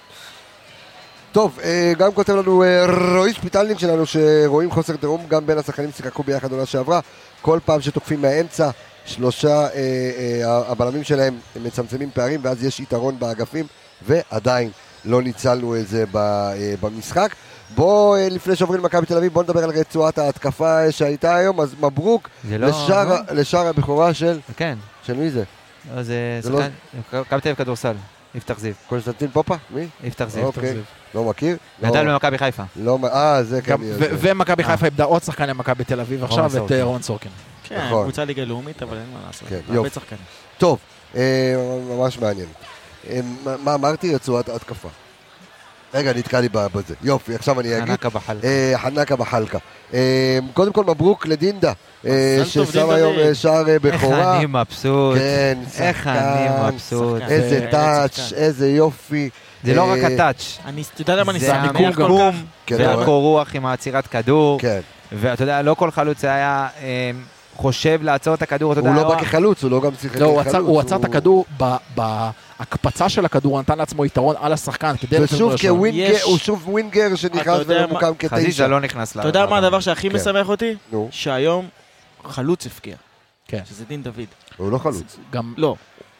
טוב, גם כותב לנו רועי שפיטלניק שלנו שרואים חוסר תיאום גם בין השחקנים שיחקו ביחד עונה שעברה. כל פעם שתוקפים מהאמצע, שלושה הבלמים שלהם מצמצמים פערים ואז יש יתרון באגפים ועדיין לא ניצלנו את זה במשחק. בוא, לפני שעוברים למכבי תל אביב, בוא נדבר על רצועת ההתקפה שהייתה היום, אז מברוק לשער הבכורה של... כן. של מי זה? זה שחקן, מכבי תל אביב כדורסל, יפתח זיו. קונסטנטין פופה? מי? יפתח זיו. אוקיי, לא מכיר? גדל במכבי חיפה. אה, זה כן. ומכבי חיפה איבדה עוד שחקן למכבי תל אביב עכשיו, את רון סורקין. כן, קבוצה ליגה לאומית, אבל אין מה לעשות. הרבה שחקנים. טוב, ממש מעניין. מה אמרתי? רצועת ההתקפה. רגע, נתקע לי בזה. יופי, עכשיו אני אגיד. חנקה בחלקה. חנקה בחלקה. קודם כל מברוק לדינדה, ששם היום שער בכורה. איך אני מבסוט. כן, איך אני מבסוט. איזה טאץ', איזה יופי. זה לא רק הטאץ'. אני יודע למה אני זה המיקום, והקור רוח עם העצירת כדור. ואתה יודע, לא כל חלוץ היה... חושב לעצור את הכדור. הוא לא בא כחלוץ, הוא לא גם שיחק כחלוץ. הוא עצר את הכדור בהקפצה של הכדור, הוא נתן לעצמו יתרון על השחקן. הוא שוב ווינגר שנכנס ומוקם כתשע. חזיזה לא נכנס לה. אתה יודע מה הדבר שהכי משמח אותי? שהיום חלוץ הפקיע. שזה דין דוד. הוא לא חלוץ. לא.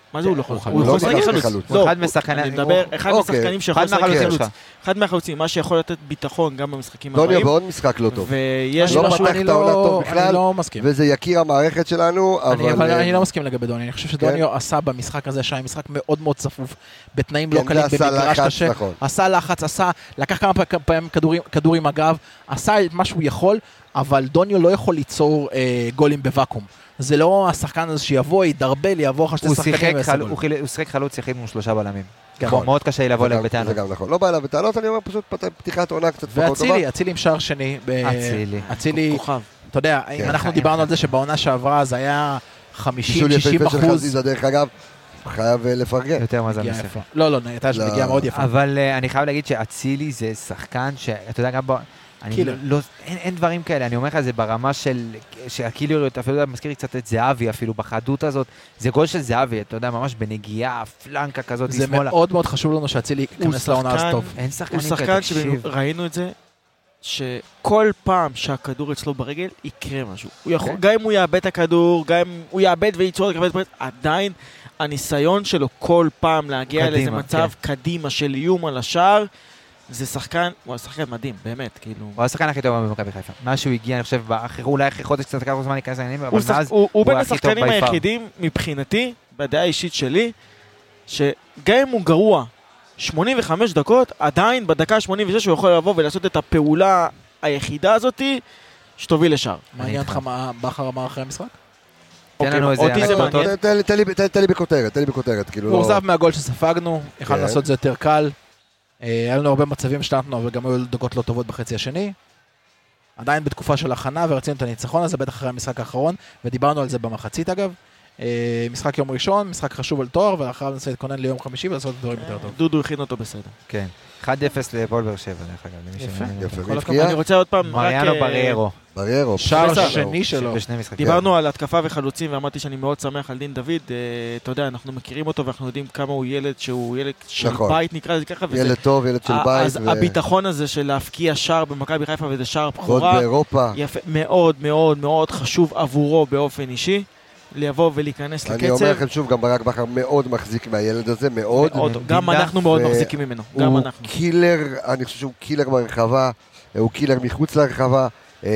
מה זה הוא לא חלוץ? הוא יכול לשחק חלוץ. הוא אחד משחקנים. אני מדבר, אחד משחקנים שיכול לשחק חלוץ. אחד מהחלוצים, מה שיכול לתת ביטחון גם במשחקים הבאים. דוניו בעוד משחק לא טוב. ויש לא פתח את העונה טוב בכלל. אני לא מסכים. וזה יקיר המערכת שלנו, אבל... אני לא מסכים לגבי דוניו. אני חושב שדוניו עשה במשחק הזה, שהיה משחק מאוד מאוד צפוף, בתנאים לא קלים, במגרש קשה. עשה לחץ, עשה, לקח כמה פעמים כדור עם הגב, עשה מה שהוא יכול, אבל דוניו לא יכול ליצור גולים בוואקום. זה לא השחקן הזה שיבוא, ידרבל, יבוא אחרי שתי שחקנים ועשר גול. הוא שיחק חלוץ יחיד מול שלושה בלמים. מאוד קשה לי לבוא אליו בטענות. זה גם נכון. לא בא אליו בטענות, אני אומר פשוט פתיחת עונה קצת פחות טובה. ואצילי, אצילי עם שער שני. אצילי. אצילי, אתה יודע, אם אנחנו דיברנו על זה שבעונה שעברה זה היה חמישים שישים אחוז. דרך אגב, חייב לפרגן. יותר מזל מסף. לא, לא, הייתה שמגיעה מאוד יפה. אבל אני חייב להגיד שאצילי זה שחקן שאתה יודע גם בו... לא, אין, אין דברים כאלה, אני אומר לך, זה ברמה של, שהקילריות, אפילו מזכיר קצת את זהבי, אפילו בחדות הזאת, זה גול של זהבי, אתה יודע, ממש בנגיעה, פלנקה כזאת, זה שמאלה. מאוד מאוד חשוב לנו שהצילי ייכנס לעונה אז טוב. אין שחקנים הוא שחקן שראינו את זה, שכל פעם שהכדור אצלו ברגל, יקרה משהו. הוא יכול, גם אם הוא יאבד את הכדור, גם אם הוא יאבד וייצור את הכדור, עדיין הניסיון שלו כל פעם להגיע לאיזה מצב קדימה של איום על השער, זה שחקן, הוא שחקן מדהים, באמת, כאילו... הוא השחקן הכי טוב במכבי חיפה. מה שהוא הגיע, אני חושב, אולי אחרי חודש קצת לקח זמן להיכנס לעניינים, אבל מאז הוא בין השחקנים היחידים, מבחינתי, בדעה האישית שלי, שגם אם הוא גרוע שמונים וחמש דקות, עדיין בדקה שמונים ושש הוא יכול לבוא ולעשות את הפעולה היחידה הזאת, שתוביל לשער. מעניין אותך מה בכר אמר אחרי המשחק? תן לנו איזה אנקדוטות. תן לי בכותרת, תן לי בכותרת, כאילו... הוא עוזב מהגול שספגנו, יכולנו לעשות זה יותר קל. היה לנו הרבה מצבים שנתנו, וגם היו דקות לא טובות בחצי השני. עדיין בתקופה של הכנה, ורצינו את הניצחון הזה, בטח אחרי המשחק האחרון, ודיברנו על זה במחצית אגב. משחק יום ראשון, משחק חשוב על תואר, ואחריו ננסה להתכונן ליום חמישי ולעשות דברים יותר טוב. דודו הכין אותו בסדר. כן. אחד אפס לפועל באר שבע, דרך אגב. יפה. אני רוצה עוד פעם... מריאנו בריירו. בריירו. שער שני שלו. דיברנו על התקפה וחלוצים, ואמרתי שאני מאוד שמח על דין דוד. אתה יודע, אנחנו מכירים אותו, ואנחנו יודעים כמה הוא ילד שהוא ילד של בית, נקרא לזה ככה. ילד טוב, ילד של בית. אז הביטחון הזה של להפקיע שער במכבי חיפה, וזה שער בחורה. עוד באירופה. יפה, מאוד מאוד מאוד חשוב עבורו באופן אישי. לבוא ולהיכנס לקצב. אני אומר לכם שוב, גם ברק בכר מאוד מחזיק מהילד הזה, מאוד. גם אנחנו מאוד מחזיקים ממנו, גם אנחנו. הוא קילר, אני חושב שהוא קילר ברחבה, הוא קילר מחוץ לרחבה,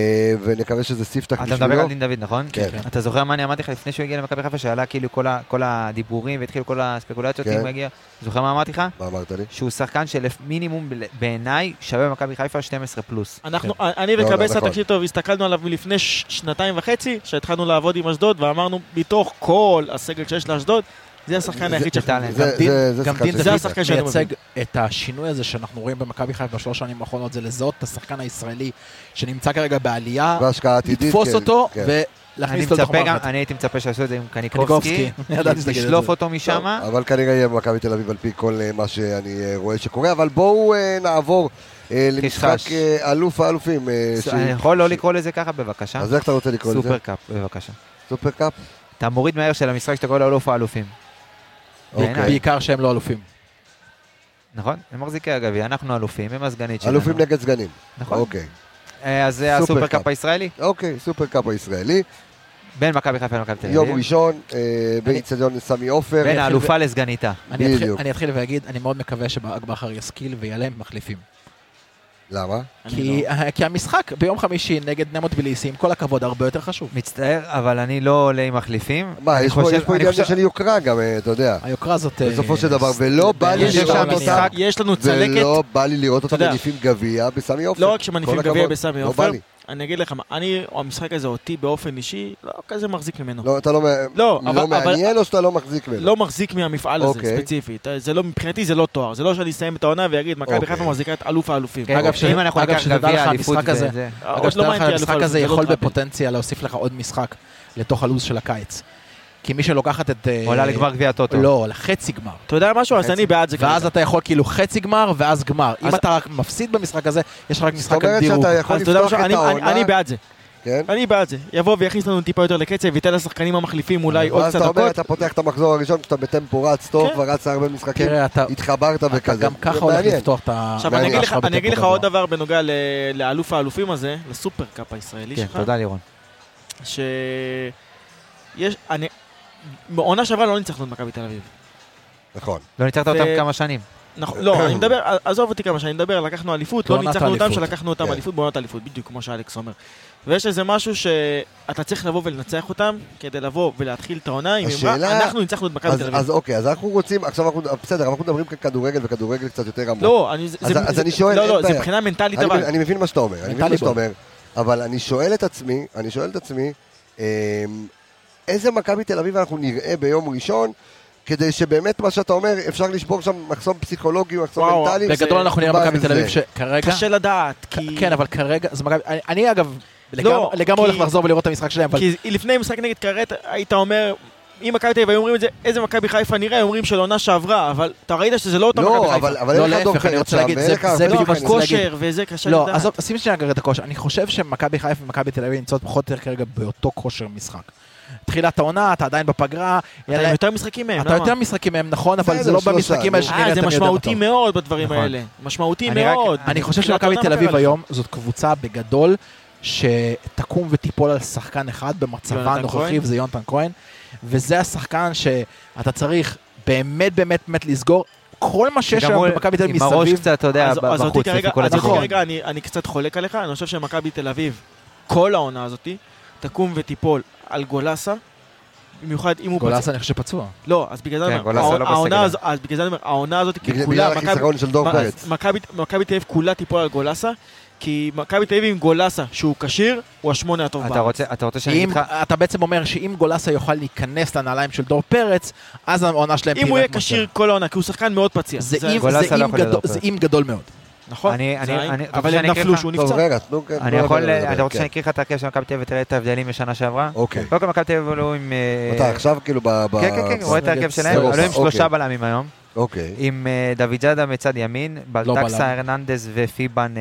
ונקווה שזה ספתח בשבילו. אתה מדבר על דין דוד, נכון? כן. אתה זוכר מה אני אמרתי לך לפני שהוא הגיע למכבי חיפה, שעלה כאילו כל הדיבורים והתחילו כל הספקולציות, אם הוא הגיע, זוכר מה אמרתי לך? מה אמרת לי? שהוא שחקן של מינימום בעיניי שווה במכבי חיפה שתים עשרה פלוס. אני וקבסה, תקשיב טוב, הסתכלנו עליו מלפני שנתיים וחצי, שהתחלנו לעבוד עם אשדוד, ואמרנו, מתוך כל הסגל שיש לאשדוד, זה השחקן היחיד שלנו. גם דין דוד מייצג את השינוי הזה שאנחנו רואים במכבי חיפה בשלוש שנים האחרונות, זה לזהות את השחקן הישראלי שנמצא כרגע בעלייה, לתפוס אותו ולהכניס אותו לתוך מערכת. אני הייתי מצפה שעשו את זה עם קניקובסקי, לשלוף אותו משם. אבל כנראה יהיה במכבי תל אביב על פי כל מה שאני רואה שקורה, אבל בואו נעבור למשחק אלוף האלופים. אני יכול לא לקרוא לזה ככה בבקשה? אז איך אתה רוצה לקרוא לזה? סופר קאפ, בבקשה. סופר קאפ? אתה מוריד מהערך של המשחק שאתה קורא לו אלוף האלופים. בעיקר שהם לא אלופים. נכון? הם מחזיקי הגביע, אנחנו אלופים, הם הסגנית שלנו. אלופים נגד סגנים. נכון. אוקיי. אז זה הסופר קאפ הישראלי? אוקיי, סופר קאפ הישראלי. בין מכבי חיפה למכבי תל אביב. יום ראשון, באיצטדיון סמי עופר. בין האלופה לסגניתה. אני אתחיל ואגיד, אני מאוד מקווה שברק בכר ישכיל ויהיה להם מחליפים. למה? כי המשחק ביום חמישי נגד נמו טביליסי, עם כל הכבוד, הרבה יותר חשוב. מצטער, אבל אני לא עולה עם מחליפים. מה, יש פה עניין של יוקרה גם, אתה יודע. היוקרה הזאת... בסופו של דבר, ולא בא לי לראות אותה, יש לנו צלקת. ולא בא לי לראות אותה מניפים גביע בסמי עופר. לא רק שמניפים גביע בסמי עופר. אני אגיד לך, אני, המשחק הזה אותי באופן אישי, לא כזה מחזיק ממנו. לא, אתה לא מעניין או שאתה לא מחזיק ממנו? לא מחזיק מהמפעל הזה, ספציפית. מבחינתי זה לא תואר, זה לא שאני אסיים את העונה ויגיד, מכבי חיפה מחזיקה את אלוף האלופים. אגב, שתדע לך, המשחק הזה, אגב, שתדע לך, המשחק הזה יכול בפוטנציה להוסיף לך עוד משחק לתוך הלו"ז של הקיץ. כי מי שלוקחת את... עולה לגמר גביע הטוטו. לא, לחצי גמר. אתה יודע משהו? אז אני בעד זה ככה. ואז אתה יכול כאילו חצי גמר ואז גמר. אם אתה רק מפסיד במשחק הזה, יש לך רק משחק על דירוג. אז אתה יודע משהו? אני בעד זה. אני בעד זה. יבוא ויכניס לנו טיפה יותר לקצב, ויתן לשחקנים המחליפים אולי עוד קצת דקות. אז אתה אומר, אתה פותח את המחזור הראשון, כשאתה בטמפו רץ טוב, כבר רץ הרבה משחקים, התחברת וכזה. גם ככה הולך לפתוח את ה... עכשיו, אני אגיד לך עוד דבר בנוגע לאלוף האלופים הזה, לסופר קאפ הישראלי שלך. תודה לירון. שיש... בעונה שעברה לא ניצחנו את מכבי תל אביב. נכון. לא ניצחת אותם כמה שנים. לא, אני מדבר, עזוב אותי כמה שאני מדבר, לקחנו אליפות, לא ניצחנו אותם, שלקחנו אותם אליפות בעונת אליפות, בדיוק כמו שאלכס אומר. ויש איזה משהו שאתה צריך לבוא ולנצח אותם, כדי לבוא ולהתחיל את העונה, אם אנחנו ניצחנו את מכבי תל אביב. אז אוקיי, אז אנחנו רוצים, עכשיו אנחנו, בסדר, אנחנו מדברים ככדורגל וכדורגל קצת יותר עמוק. לא, אז אני שואל, לא, לא, זה מבחינה מנטלית אבל. אני מבין מה שאתה אומר, אני מבין מה שאתה אומר, אבל אני שואל את עצמי, אני שואל את עצמי, איזה מכבי תל אביב אנחנו נראה ביום ראשון, כדי שבאמת מה שאתה אומר, אפשר לשבור שם מחסום פסיכולוגי, מחסום מנטלי. בגדול אנחנו נראה מכבי תל אביב שכרגע... קשה לדעת, כי... כן, אבל כרגע... אני אגב, לגמרי הולך לחזור ולראות את המשחק שלהם, אבל... כי לפני משחק נגד קראת, היית אומר, אם מכבי תל אביב היו אומרים את זה, איזה מכבי חיפה נראה, אומרים של עונה שעברה, אבל אתה ראית שזה לא אותה מכבי חיפה. לא, להפך, אני רוצה להגיד, זה בדיוק מה שאני רוצה להגיד. וזה קשה לדעת. לא, עזוב, שים שנייה את הכושר. אני חושב שמכבי חיפה ומכבי תל אביב נמצאות פחות או יותר כרגע באותו כושר משחק. תחילת העונה, אתה עדיין בפגרה. אתה יותר משחקים מהם, אתה יותר משחקים מהם, נכון, אבל זה לא במשחקים האלה שנראית. זה משמעותי מאוד בדברים האלה. משמעותי מאוד. אני חושב שמכבי תל אביב היום זאת קבוצה בגדול שתקום ותיפול על שחקן אחד במצבה הנוכחי, וזה יונתן כהן. וזה השחקן שאתה צריך באמת באמת באמת לסגור כל מה שיש היום במכבי תל אביב מסביב. עם הראש קצת, אתה יודע, בחוץ. אז כרגע אני קצת חולק עליך, אני חושב שמכבי תל אביב, כל העונה הזאת, תקום ותיפול על גולסה, במיוחד אם הוא פצוע. גולסה אני חושב פצוע. לא, אז בגלל זה אני אומר, העונה הזאת כולה, בגלל החיסרון של דור פרץ. מכבי תל אביב כולה תיפול על גולסה, כי מכבי תל אביב עם גולסה שהוא קשיר, הוא השמונה הטוב בארץ. אתה רוצה שאני אגיד לך... אתה בעצם אומר שאם גולסה יוכל להיכנס לנעליים של דור פרץ, אז העונה שלהם אם הוא יהיה קשיר כל העונה, כי הוא שחקן מאוד פציע. זה אם גדול מאוד. נכון, אבל הם נפלו שהוא נפצע. אני יכול, אתה רוצה שאני אקריא לך את הקשר של מכבי תל אביב ותראה את ההבדלים בשנה שעברה? אוקיי. קודם כל מכבי תל אביב עלו עם... אתה עכשיו כאילו ב... כן, כן, כן, רואה את ההרכב שלהם, עלו עם שלושה בלמים היום. אוקיי. עם דוד זאדה מצד ימין, בלטקסה, הרננדז ופיבן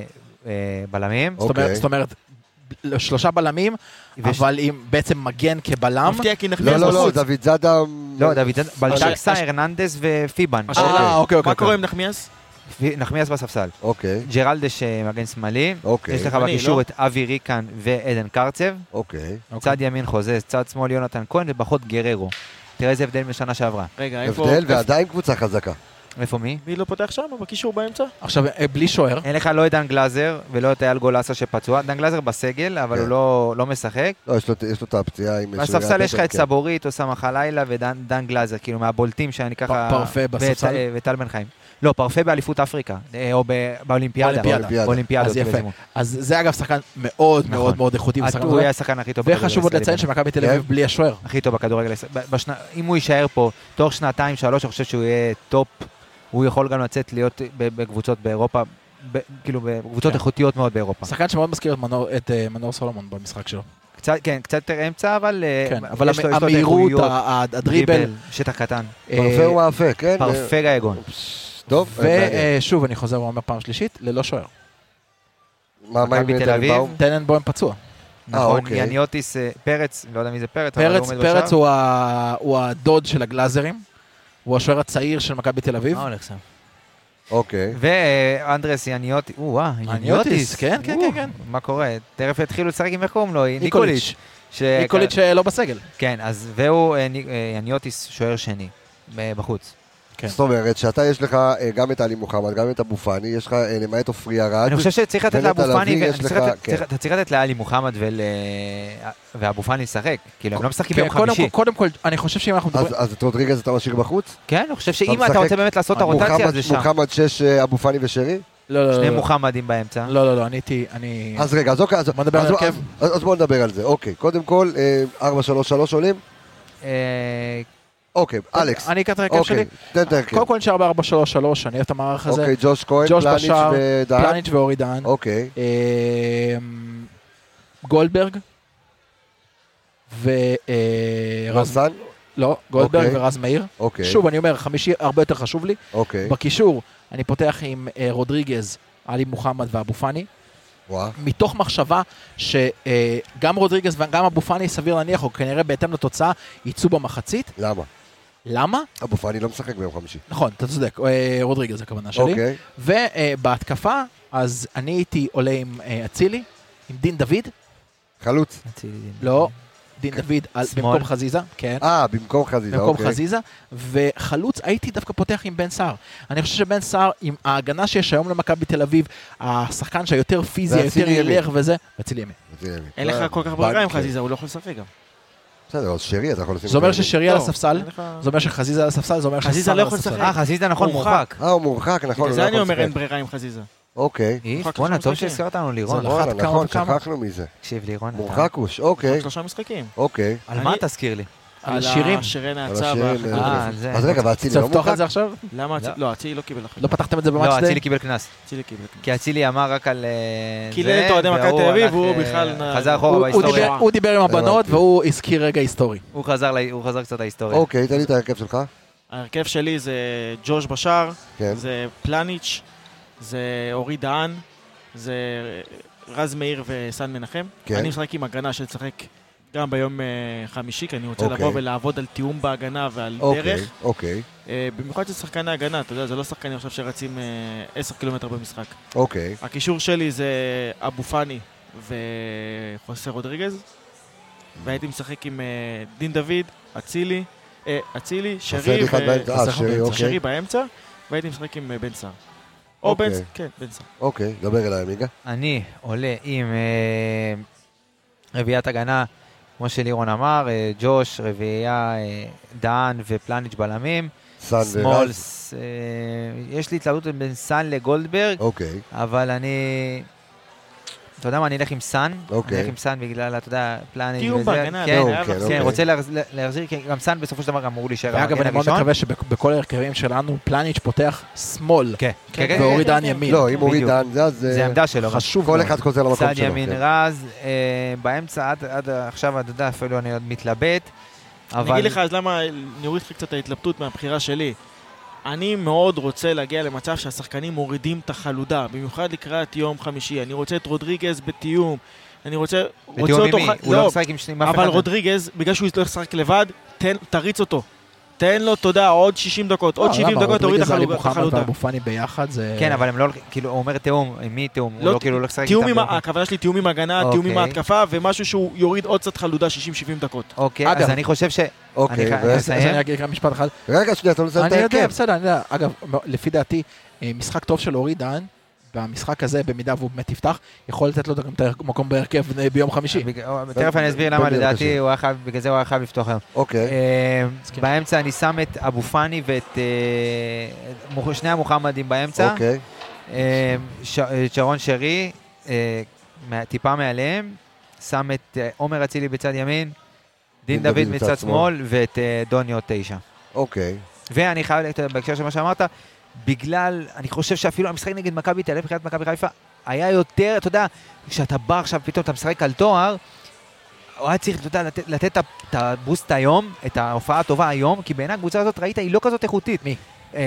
בלמים. זאת אומרת, שלושה בלמים, אבל עם בעצם מגן כבלם. מפתיע כי נחמיאס בחוץ. לא, לא, דוד זאדה... לא, דוד זאדה, בלטקסה, הרננדז ופיבן. מה קורה עם נחמיאס? נחמיאס בספסל. אוקיי. ג'רלדש מגן שמאלי. אוקיי. יש לך בקישור את אבי ריקן ועדן קרצב. אוקיי. צד ימין חוזז, צד שמאל יונתן כהן ובחוץ גררו. תראה איזה הבדל משנה שעברה. רגע, איפה... הבדל ועדיין קבוצה חזקה. איפה מי? מי לא פותח שם, בקישור באמצע? עכשיו, בלי שוער. אין לך לא את דן גלאזר ולא את אייל גולסה שפצוע. דן גלאזר בסגל, אבל הוא לא משחק. לא, יש לו את הפציעה עם... בספסל יש לך את סבורית, אוסאמה חלילה ודן גלאזר, כאילו מהבולטים שאני ככה... פרפה בספסל. וטל בן חיים. לא, פרפה באליפות אפריקה, או באולימפיאדה. באולימפיאדה. אז יפה. אז זה אגב שחקן מאוד מאוד מאוד איכותי. הוא היה השחקן הכי טוב בכדורגל. וחשוב עוד לציין שמכבי תל אביב בלי השוער. הכי טוב בכדורגל. אם הוא יישאר פה תוך שנתיים, שלוש, אני חושב שהוא יהיה טופ. הוא יכול גם לצאת להיות בקבוצות באירופה, כאילו בקבוצות איכותיות מאוד באירופה. שחקן שמאוד מזכיר את מנור סולומון במשחק שלו. כן, קצת יותר אמצע, אבל... כן, אבל המהירות, הדריבל... שטח קטן. פרפה הוא מאפה, כן? פרפה גאגון. טוב. ושוב, אני חוזר ואומר פעם שלישית, ללא שוער. מה עם טננבאום? טננבאום פצוע. נכון, יניוטיס, פרץ, לא יודע מי זה פרץ, פרץ הוא הדוד של הגלאזרים. הוא השוער הצעיר של מכבי תל אביב. מה הולך שם? אוקיי. ואנדרס יניוטיס, וואה, יניוטיס. כן, כן, כן. מה קורה? תכף התחילו לשחק עם איך קוראים לו, ניקוליץ'. ניקוליץ' לא בסגל. כן, אז והוא יניוטיס שוער שני, בחוץ. זאת אומרת שאתה יש לך גם את עלי מוחמד, גם את אבו פאני, יש לך למעט אופרי ארד. אני חושב שצריך לתת לאבו פאני, אתה צריך לתת לעלי מוחמד ואבו פאני לשחק, כאילו הם לא משחקים ביום חמישי. קודם כל, אני חושב שאם אנחנו מדברים... אז את רודריגז אתה משאיר בחוץ? כן, אני חושב שאם אתה רוצה באמת לעשות את הרוטציה, זה שם. מוחמד שש, אבו פאני ושרי? לא, לא, שני מוחמדים באמצע. לא, לא, לא, אני הייתי... אני... אז רגע, אז אוקיי, אז בואו נדבר על זה. אוקיי, קודם כל, ארבע שלוש שלוש עולים? אוקיי, אלכס. אני אקרא את הרכב שלי. קודם כל נשאר ב-ארבע שלוש שלוש, אני אוהב את המערך הזה. אוקיי, ג'וש כהן, פלניץ' ודן. פלניץ' ואורי דן. אוקיי. גולדברג. ורז... רזן? לא, גולדברג ורז מאיר. אוקיי. שוב, אני אומר, חמישי הרבה יותר חשוב לי. אוקיי. בקישור, אני פותח עם רודריגז, עלי מוחמד ואבו פאני. מתוך מחשבה שגם רודריגז וגם אבו פאני סביר להניח, או כנראה בהתאם לתוצאה, ייצאו במחצית. למה? למה? אבו פאני לא משחק ביום חמישי. נכון, אתה צודק, רודריגז הכוונה שלי. אוקיי. ובהתקפה, אז אני הייתי עולה עם אצילי, עם דין דוד. חלוץ. לא, דין דוד במקום חזיזה, כן. אה, במקום חזיזה, במקום חזיזה, וחלוץ הייתי דווקא פותח עם בן סער. אני חושב שבן סער, עם ההגנה שיש היום למכבי תל אביב, השחקן שהיותר פיזי, היותר ילך וזה, מציל ימי. אין לך כל כך ברירה עם חזיזה, הוא לא יכול לשחק גם. בסדר, אז שרי, אתה יכול לשים... זה אומר ששרי על הספסל, זה אומר שחזיזה על הספסל, זה אומר שחזיזה לא יכול לשחק. אה, חזיזה נכון, מורחק. אה, הוא מורחק, נכון. זה אני אומר אין ברירה עם חזיזה. אוקיי. בוא'נה, טוב שהזכיר אותנו לירון. וואלה, נכון, שכחנו מזה. תקשיב, לירון. מורחקוש, אוקיי. שלושה משחקים. אוקיי. על מה תזכיר לי? על שירים. שירי נעצה. אז רגע, והצילי לא מורחק? את זה עכשיו? למה? לא, הצילי לא קיבל אחרי. לא פתחתם את זה במאץ' לא, דיי? הצילי קיבל קנס. כי הצילי אמר רק על זה. קילל את אוהדי מכבי תל אביב, והוא בכלל... חזר אחורה בהיסטוריה. הוא דיבר עם הבנות והוא הזכיר רגע היסטורי. הוא חזר קצת להיסטוריה. אוקיי, תן לי את ההרכב שלך. ההרכב שלי זה ג'וש בשאר, זה פלניץ', זה אורי דהן, זה רז מאיר וסן מנחם. אני משחק עם הגנה שצחק גם ביום חמישי, כי אני רוצה לבוא ולעבוד על תיאום בהגנה ועל דרך. אוקיי. במיוחד ששחקני ההגנה, אתה יודע, זה לא שחקנים עכשיו שרצים עשרה קילומטר במשחק. אוקיי. הקישור שלי זה אבו פאני וחוסה רודריגז, והייתי משחק עם דין דוד, אצילי, אצילי, שרי ושרי באמצע, והייתי משחק עם בן סער. או בן סער, כן, בן סער. אוקיי, דבר אליי, מיגה. אני עולה עם רביעיית הגנה, כמו שלירון אמר, ג'וש, רביעייה, דהן ופלניץ' בלמים. סן ורז. יש לי התלבטות בין סן לגולדברג, אוקיי. אבל אני... אתה יודע מה, אני אלך עם סן, אני אלך עם סן בגלל, אתה יודע, פלניץ' תיאום בהגנה, כן, רוצה להחזיר, כי גם סן בסופו של דבר גם אמור להישאר. ואגב, אני מאוד מקווה שבכל ההרכבים שלנו, פלניץ' פותח שמאל, ואורי דהן ימין. לא, אם אורי דהן זה, זה עמדה שלו. חשוב, כל אחד חוזר למקום שלו. צד ימין רז, באמצע, עד עכשיו, אתה יודע, אפילו אני עוד מתלבט. אני אגיד לך, אז למה נוריד לך קצת ההתלבטות מהבחירה שלי. אני מאוד רוצה להגיע למצב שהשחקנים מורידים את החלודה, במיוחד לקראת יום חמישי. אני רוצה את רודריגז בתיאום. אני רוצה... בתיאום עם מי? הוא לא משחק עם שני... אבל רודריגז, בגלל שהוא לא ישחק לבד, תריץ אותו. תן לו, תודה, עוד שישים דקות, עוד שבעים דקות, תוריד את החלודה. מוחמד ואבו פאני ביחד זה... כן, אבל הם לא... כאילו, הוא אומר תיאום, עם מי תיאום? הוא לא כאילו לא לשחק איתם. הכוונה שלי תיאום עם הגנה, תיאום עם ההתקפה, ומשהו שהוא יוריד עוד קצת חלודה שישים שבעים דקות. אוקיי, אז אני חושב ש... אוקיי, אז אני אגיד רק משפט אחד. רגע, שנייה, אתה לא מסיים את ההרכב. אני יודע, בסדר, אני יודע. אגב, לפי דעתי, משחק טוב של אורי דהן, במשחק הזה, במידה והוא באמת יפתח, יכול לתת לו גם את המקום בהרכב ביום חמישי. תכף אני אסביר למה לדעתי, בגלל זה הוא היה חייב לפתוח היום. אוקיי. באמצע אני שם את אבו פאני ואת שני המוחמדים באמצע. אוקיי. שרון שרי, טיפה מעליהם, שם את עומר אצילי בצד ימין, דין דוד מצד שמאל, ואת דוניו תשע. אוקיי. ואני חייב להגיד, בהקשר של מה שאמרת, בגלל, אני חושב שאפילו המשחק נגד מכבי תל אביב, מבחינת מכבי חיפה, היה יותר, אתה יודע, כשאתה בא עכשיו, פתאום אתה משחק על תואר, הוא היה צריך, אתה יודע, לתת, לתת את הבוסט היום, את ההופעה הטובה היום, כי בעיניי הקבוצה הזאת, ראית, היא לא כזאת איכותית. מי?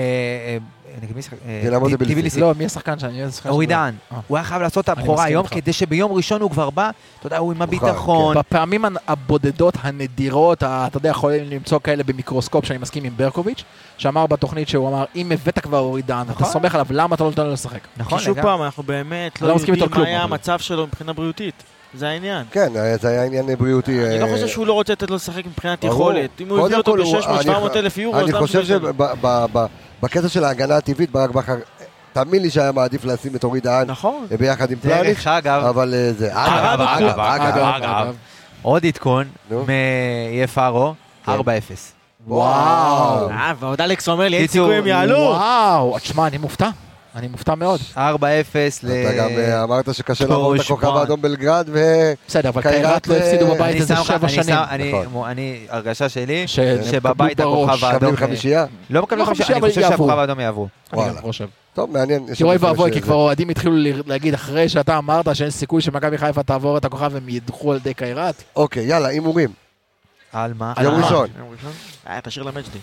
לא, מי השחקן שאני... אורי דהן. הוא היה חייב לעשות את הבחורה היום, כדי שביום ראשון הוא כבר בא, אתה יודע, הוא עם הביטחון. בפעמים הבודדות, הנדירות, אתה יודע, יכולים למצוא כאלה במיקרוסקופ, שאני מסכים עם ברקוביץ', שאמר בתוכנית שהוא אמר, אם הבאת כבר אורי דהן, אתה סומך עליו, למה אתה לא נותן לו לשחק? נכון, כי שוב פעם, אנחנו באמת לא יודעים מה היה המצב שלו מבחינה בריאותית. זה העניין. כן, זה היה עניין בריאותי. אני לא חושב שהוא לא רוצה לתת לו לשחק מבחינת יכולת. אם הוא הביא אותו ב-שש מאות שבע מאות אלף יורו, אני חושב שבקטע של ההגנה הטבעית, ברק בכר, תאמין לי שהיה מעדיף לשים את אורי דהן ביחד עם פלניץ', אבל זה... אגב, אגב, אגב, עוד עדכון מיפארו, ארבע אפס. וואו. ועוד אלכס אומר לי, אין סיכוי הם יעלו. וואו, תשמע, אני מופתע. אני מופתע מאוד. ארבע אפס ל... אתה גם אמרת שקשה לעבור את הכוכב האדום בלגרד ו... בסדר, אבל קיירת לא הפסידו בבית איזה שבע שנים. אני, הרגשה שלי, שבבית הכוכב האדום... מקבלים חמישייה? לא מקבלים חמישייה, אני חושב שהכוכב האדום יעברו. אני גם חושב. טוב, מעניין. כי רואי ואבוי, כי כבר אוהדים התחילו להגיד אחרי שאתה אמרת שאין סיכוי שמכבי חיפה תעבור את הכוכב והם ידחו על ידי קיירת. אוקיי, יאללה, הימורים. על מה? יום ראשון. תשאיר למג'די.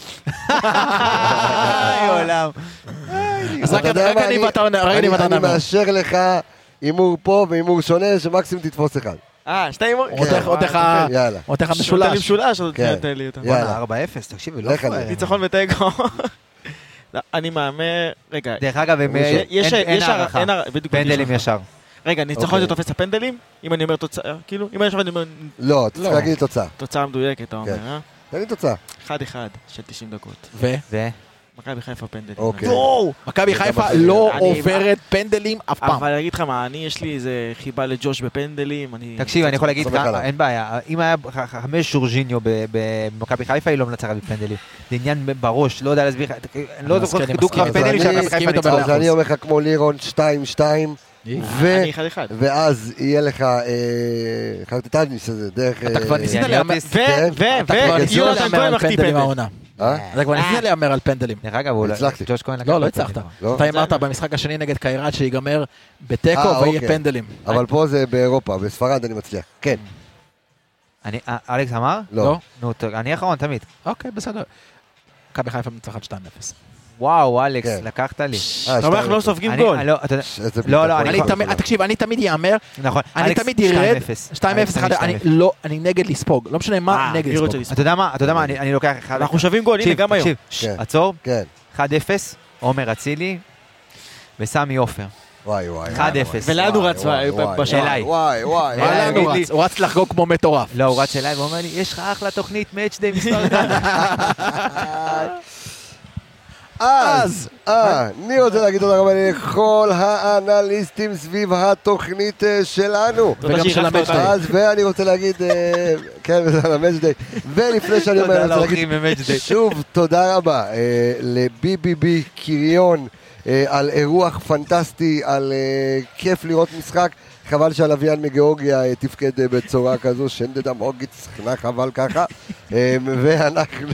עולם. אז רק אני ואתה נאמר. אני מאשר לך הימור פה והימור שונה שמקסימום תתפוס אחד. אה, שתי הימור? עוד איך המשולש. משולש, עוד נתן לי אותם. בוא'נה, ארבע אפס, תקשיבי, לא פועל. ניצחון וטגו. אני מאמר, רגע. דרך אגב, אין הערכה. פנדלים ישר. רגע, ניצחון זה תופס הפנדלים? אם אני אומר תוצאה, כאילו? אם אני חושב אני אומר... לא, צריך להגיד תוצאה. תוצאה מדויקת, אתה אומר, אה? תן לי תוצאה. אחד אחד של תשעים דקות. ו? ו? מכבי חיפה פנדלים. אוקיי. מכבי חיפה לא עוברת פנדלים אף פעם. אבל אני אגיד לך מה, אני יש לי איזה חיבה לג'וש בפנדלים. תקשיב, אני יכול להגיד לך, אין בעיה. אם היה חמש שורז'יניו במכבי חיפה, היא לא מנצחת בפנדלים. זה עניין בראש, לא יודע להסביר לך. אני לא זוכר דוק רב פנדלים שמכבי חיפה ניצחה. אז אני אומר לך כמו לירון שתיים שתיים. ואז יהיה לך חרטטניס הזה דרך... אתה כבר ניסית להמר... ו... ו... ו... יונתן כהן מחטיא פנדל. אתה כבר ניסית להמר על פנדלים. דרך אגב, ג'וש כהן לקח... לא, לא הצלחת. אתה אמרת במשחק השני נגד קיירת שיגמר בטקו ויהיה פנדלים. אבל פה זה באירופה, בספרד אני מצליח. כן. אלכס אמר? לא. נו, אני אחרון תמיד. אוקיי, בסדר. מכבי חיפה מנצחת שתיים אפס. וואו, אלכס, לקחת לי. אתה אומר, אנחנו לא סופגים גול. לא, לא, תקשיב, אני תמיד יאמר, נכון, אני תמיד ירד, שתיים אפס, אני נגד לספוג, לא משנה מה, נגד לספוג. אתה יודע מה, אתה יודע מה, אני לוקח אחד. אנחנו שווים גול, הנה גם היום. עצור, אחד אפס, עומר אצילי, וסמי עופר. וואי וואי. אחד אפס. ולאן הוא רץ בשאלה? וואי וואי. הוא רץ לחגוג כמו מטורף. לא, הוא רץ אליי ואומר לי, יש לך אחלה תוכנית מאץ' דיי מספר אחד. אז, אני רוצה להגיד תודה רבה לכל האנליסטים סביב התוכנית שלנו. וגם של המאץ' דיי. אז, ואני רוצה להגיד, כן, וזה על המאץ' דיי. ולפני שאני אומר, אני רוצה להגיד שוב תודה רבה ל-בי בי בי קריון על אירוח פנטסטי, על כיף לראות משחק. חבל שהלוויין מגיאורגיה תפקד בצורה כזו, שנדדה מוגיץ, חבל ככה. ואנחנו...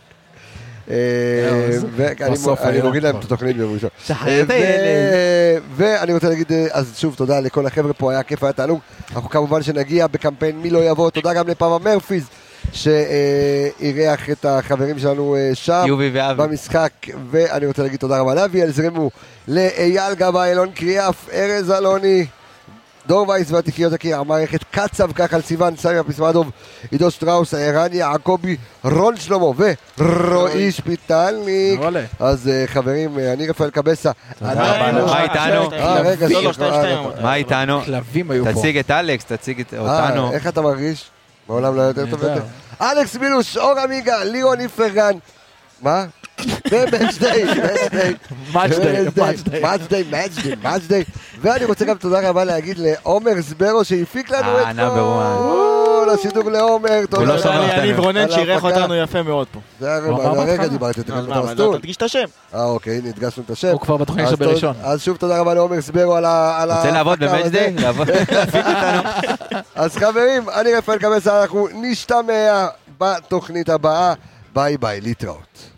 ואני מוריד להם את התוכנית ביום ראשון. ואני רוצה להגיד אז שוב תודה לכל החבר'ה פה, היה כיף, היה תענוג. אנחנו כמובן שנגיע בקמפיין מי לא יבוא. תודה גם לפאבה מרפיז שאירח את החברים שלנו שם במשחק. ואני רוצה להגיד תודה רבה לאבי אלזרמו, לאייל גבאי, אלון קריאף, ארז אלוני, דור וייס והתיקיות הקיר, המערכת קצב, כחל סיוון, סמי הפסמדוב, עידו שטראוס, ערן יעקבי, רון שלמה ורועי שפיטלניק. אז חברים, אני רפאל קבסה. מה איתנו? מה איתנו? כלבים היו פה. תציג את אלכס, תציג אותנו. איך אתה מרגיש? מעולם לא יותר טוב יותר. אלכס מילוש, אור אמיגה, לירון איפרגן. מה? ומאץ' דיי, מאץ' דיי, מאץ' דיי, מאץ' דיי. ואני רוצה גם תודה רבה להגיד לעומר סברו שהפיק לנו את כל השידור לעומר. תודה ליניב רונן שאירח אותנו יפה מאוד פה. זה הרגע דיברתי, לא תדגיש את השם. אה אוקיי, הנה הדגשנו את השם. הוא כבר בתוכנית שלו בראשון. אז שוב תודה רבה לעומר סברו על ה... רוצה לעבוד במאץ' דיי? להפיק אותנו. אז חברים, אני רפאל קבסה, אנחנו נשתמע בתוכנית הבאה. ביי ביי, להתראות.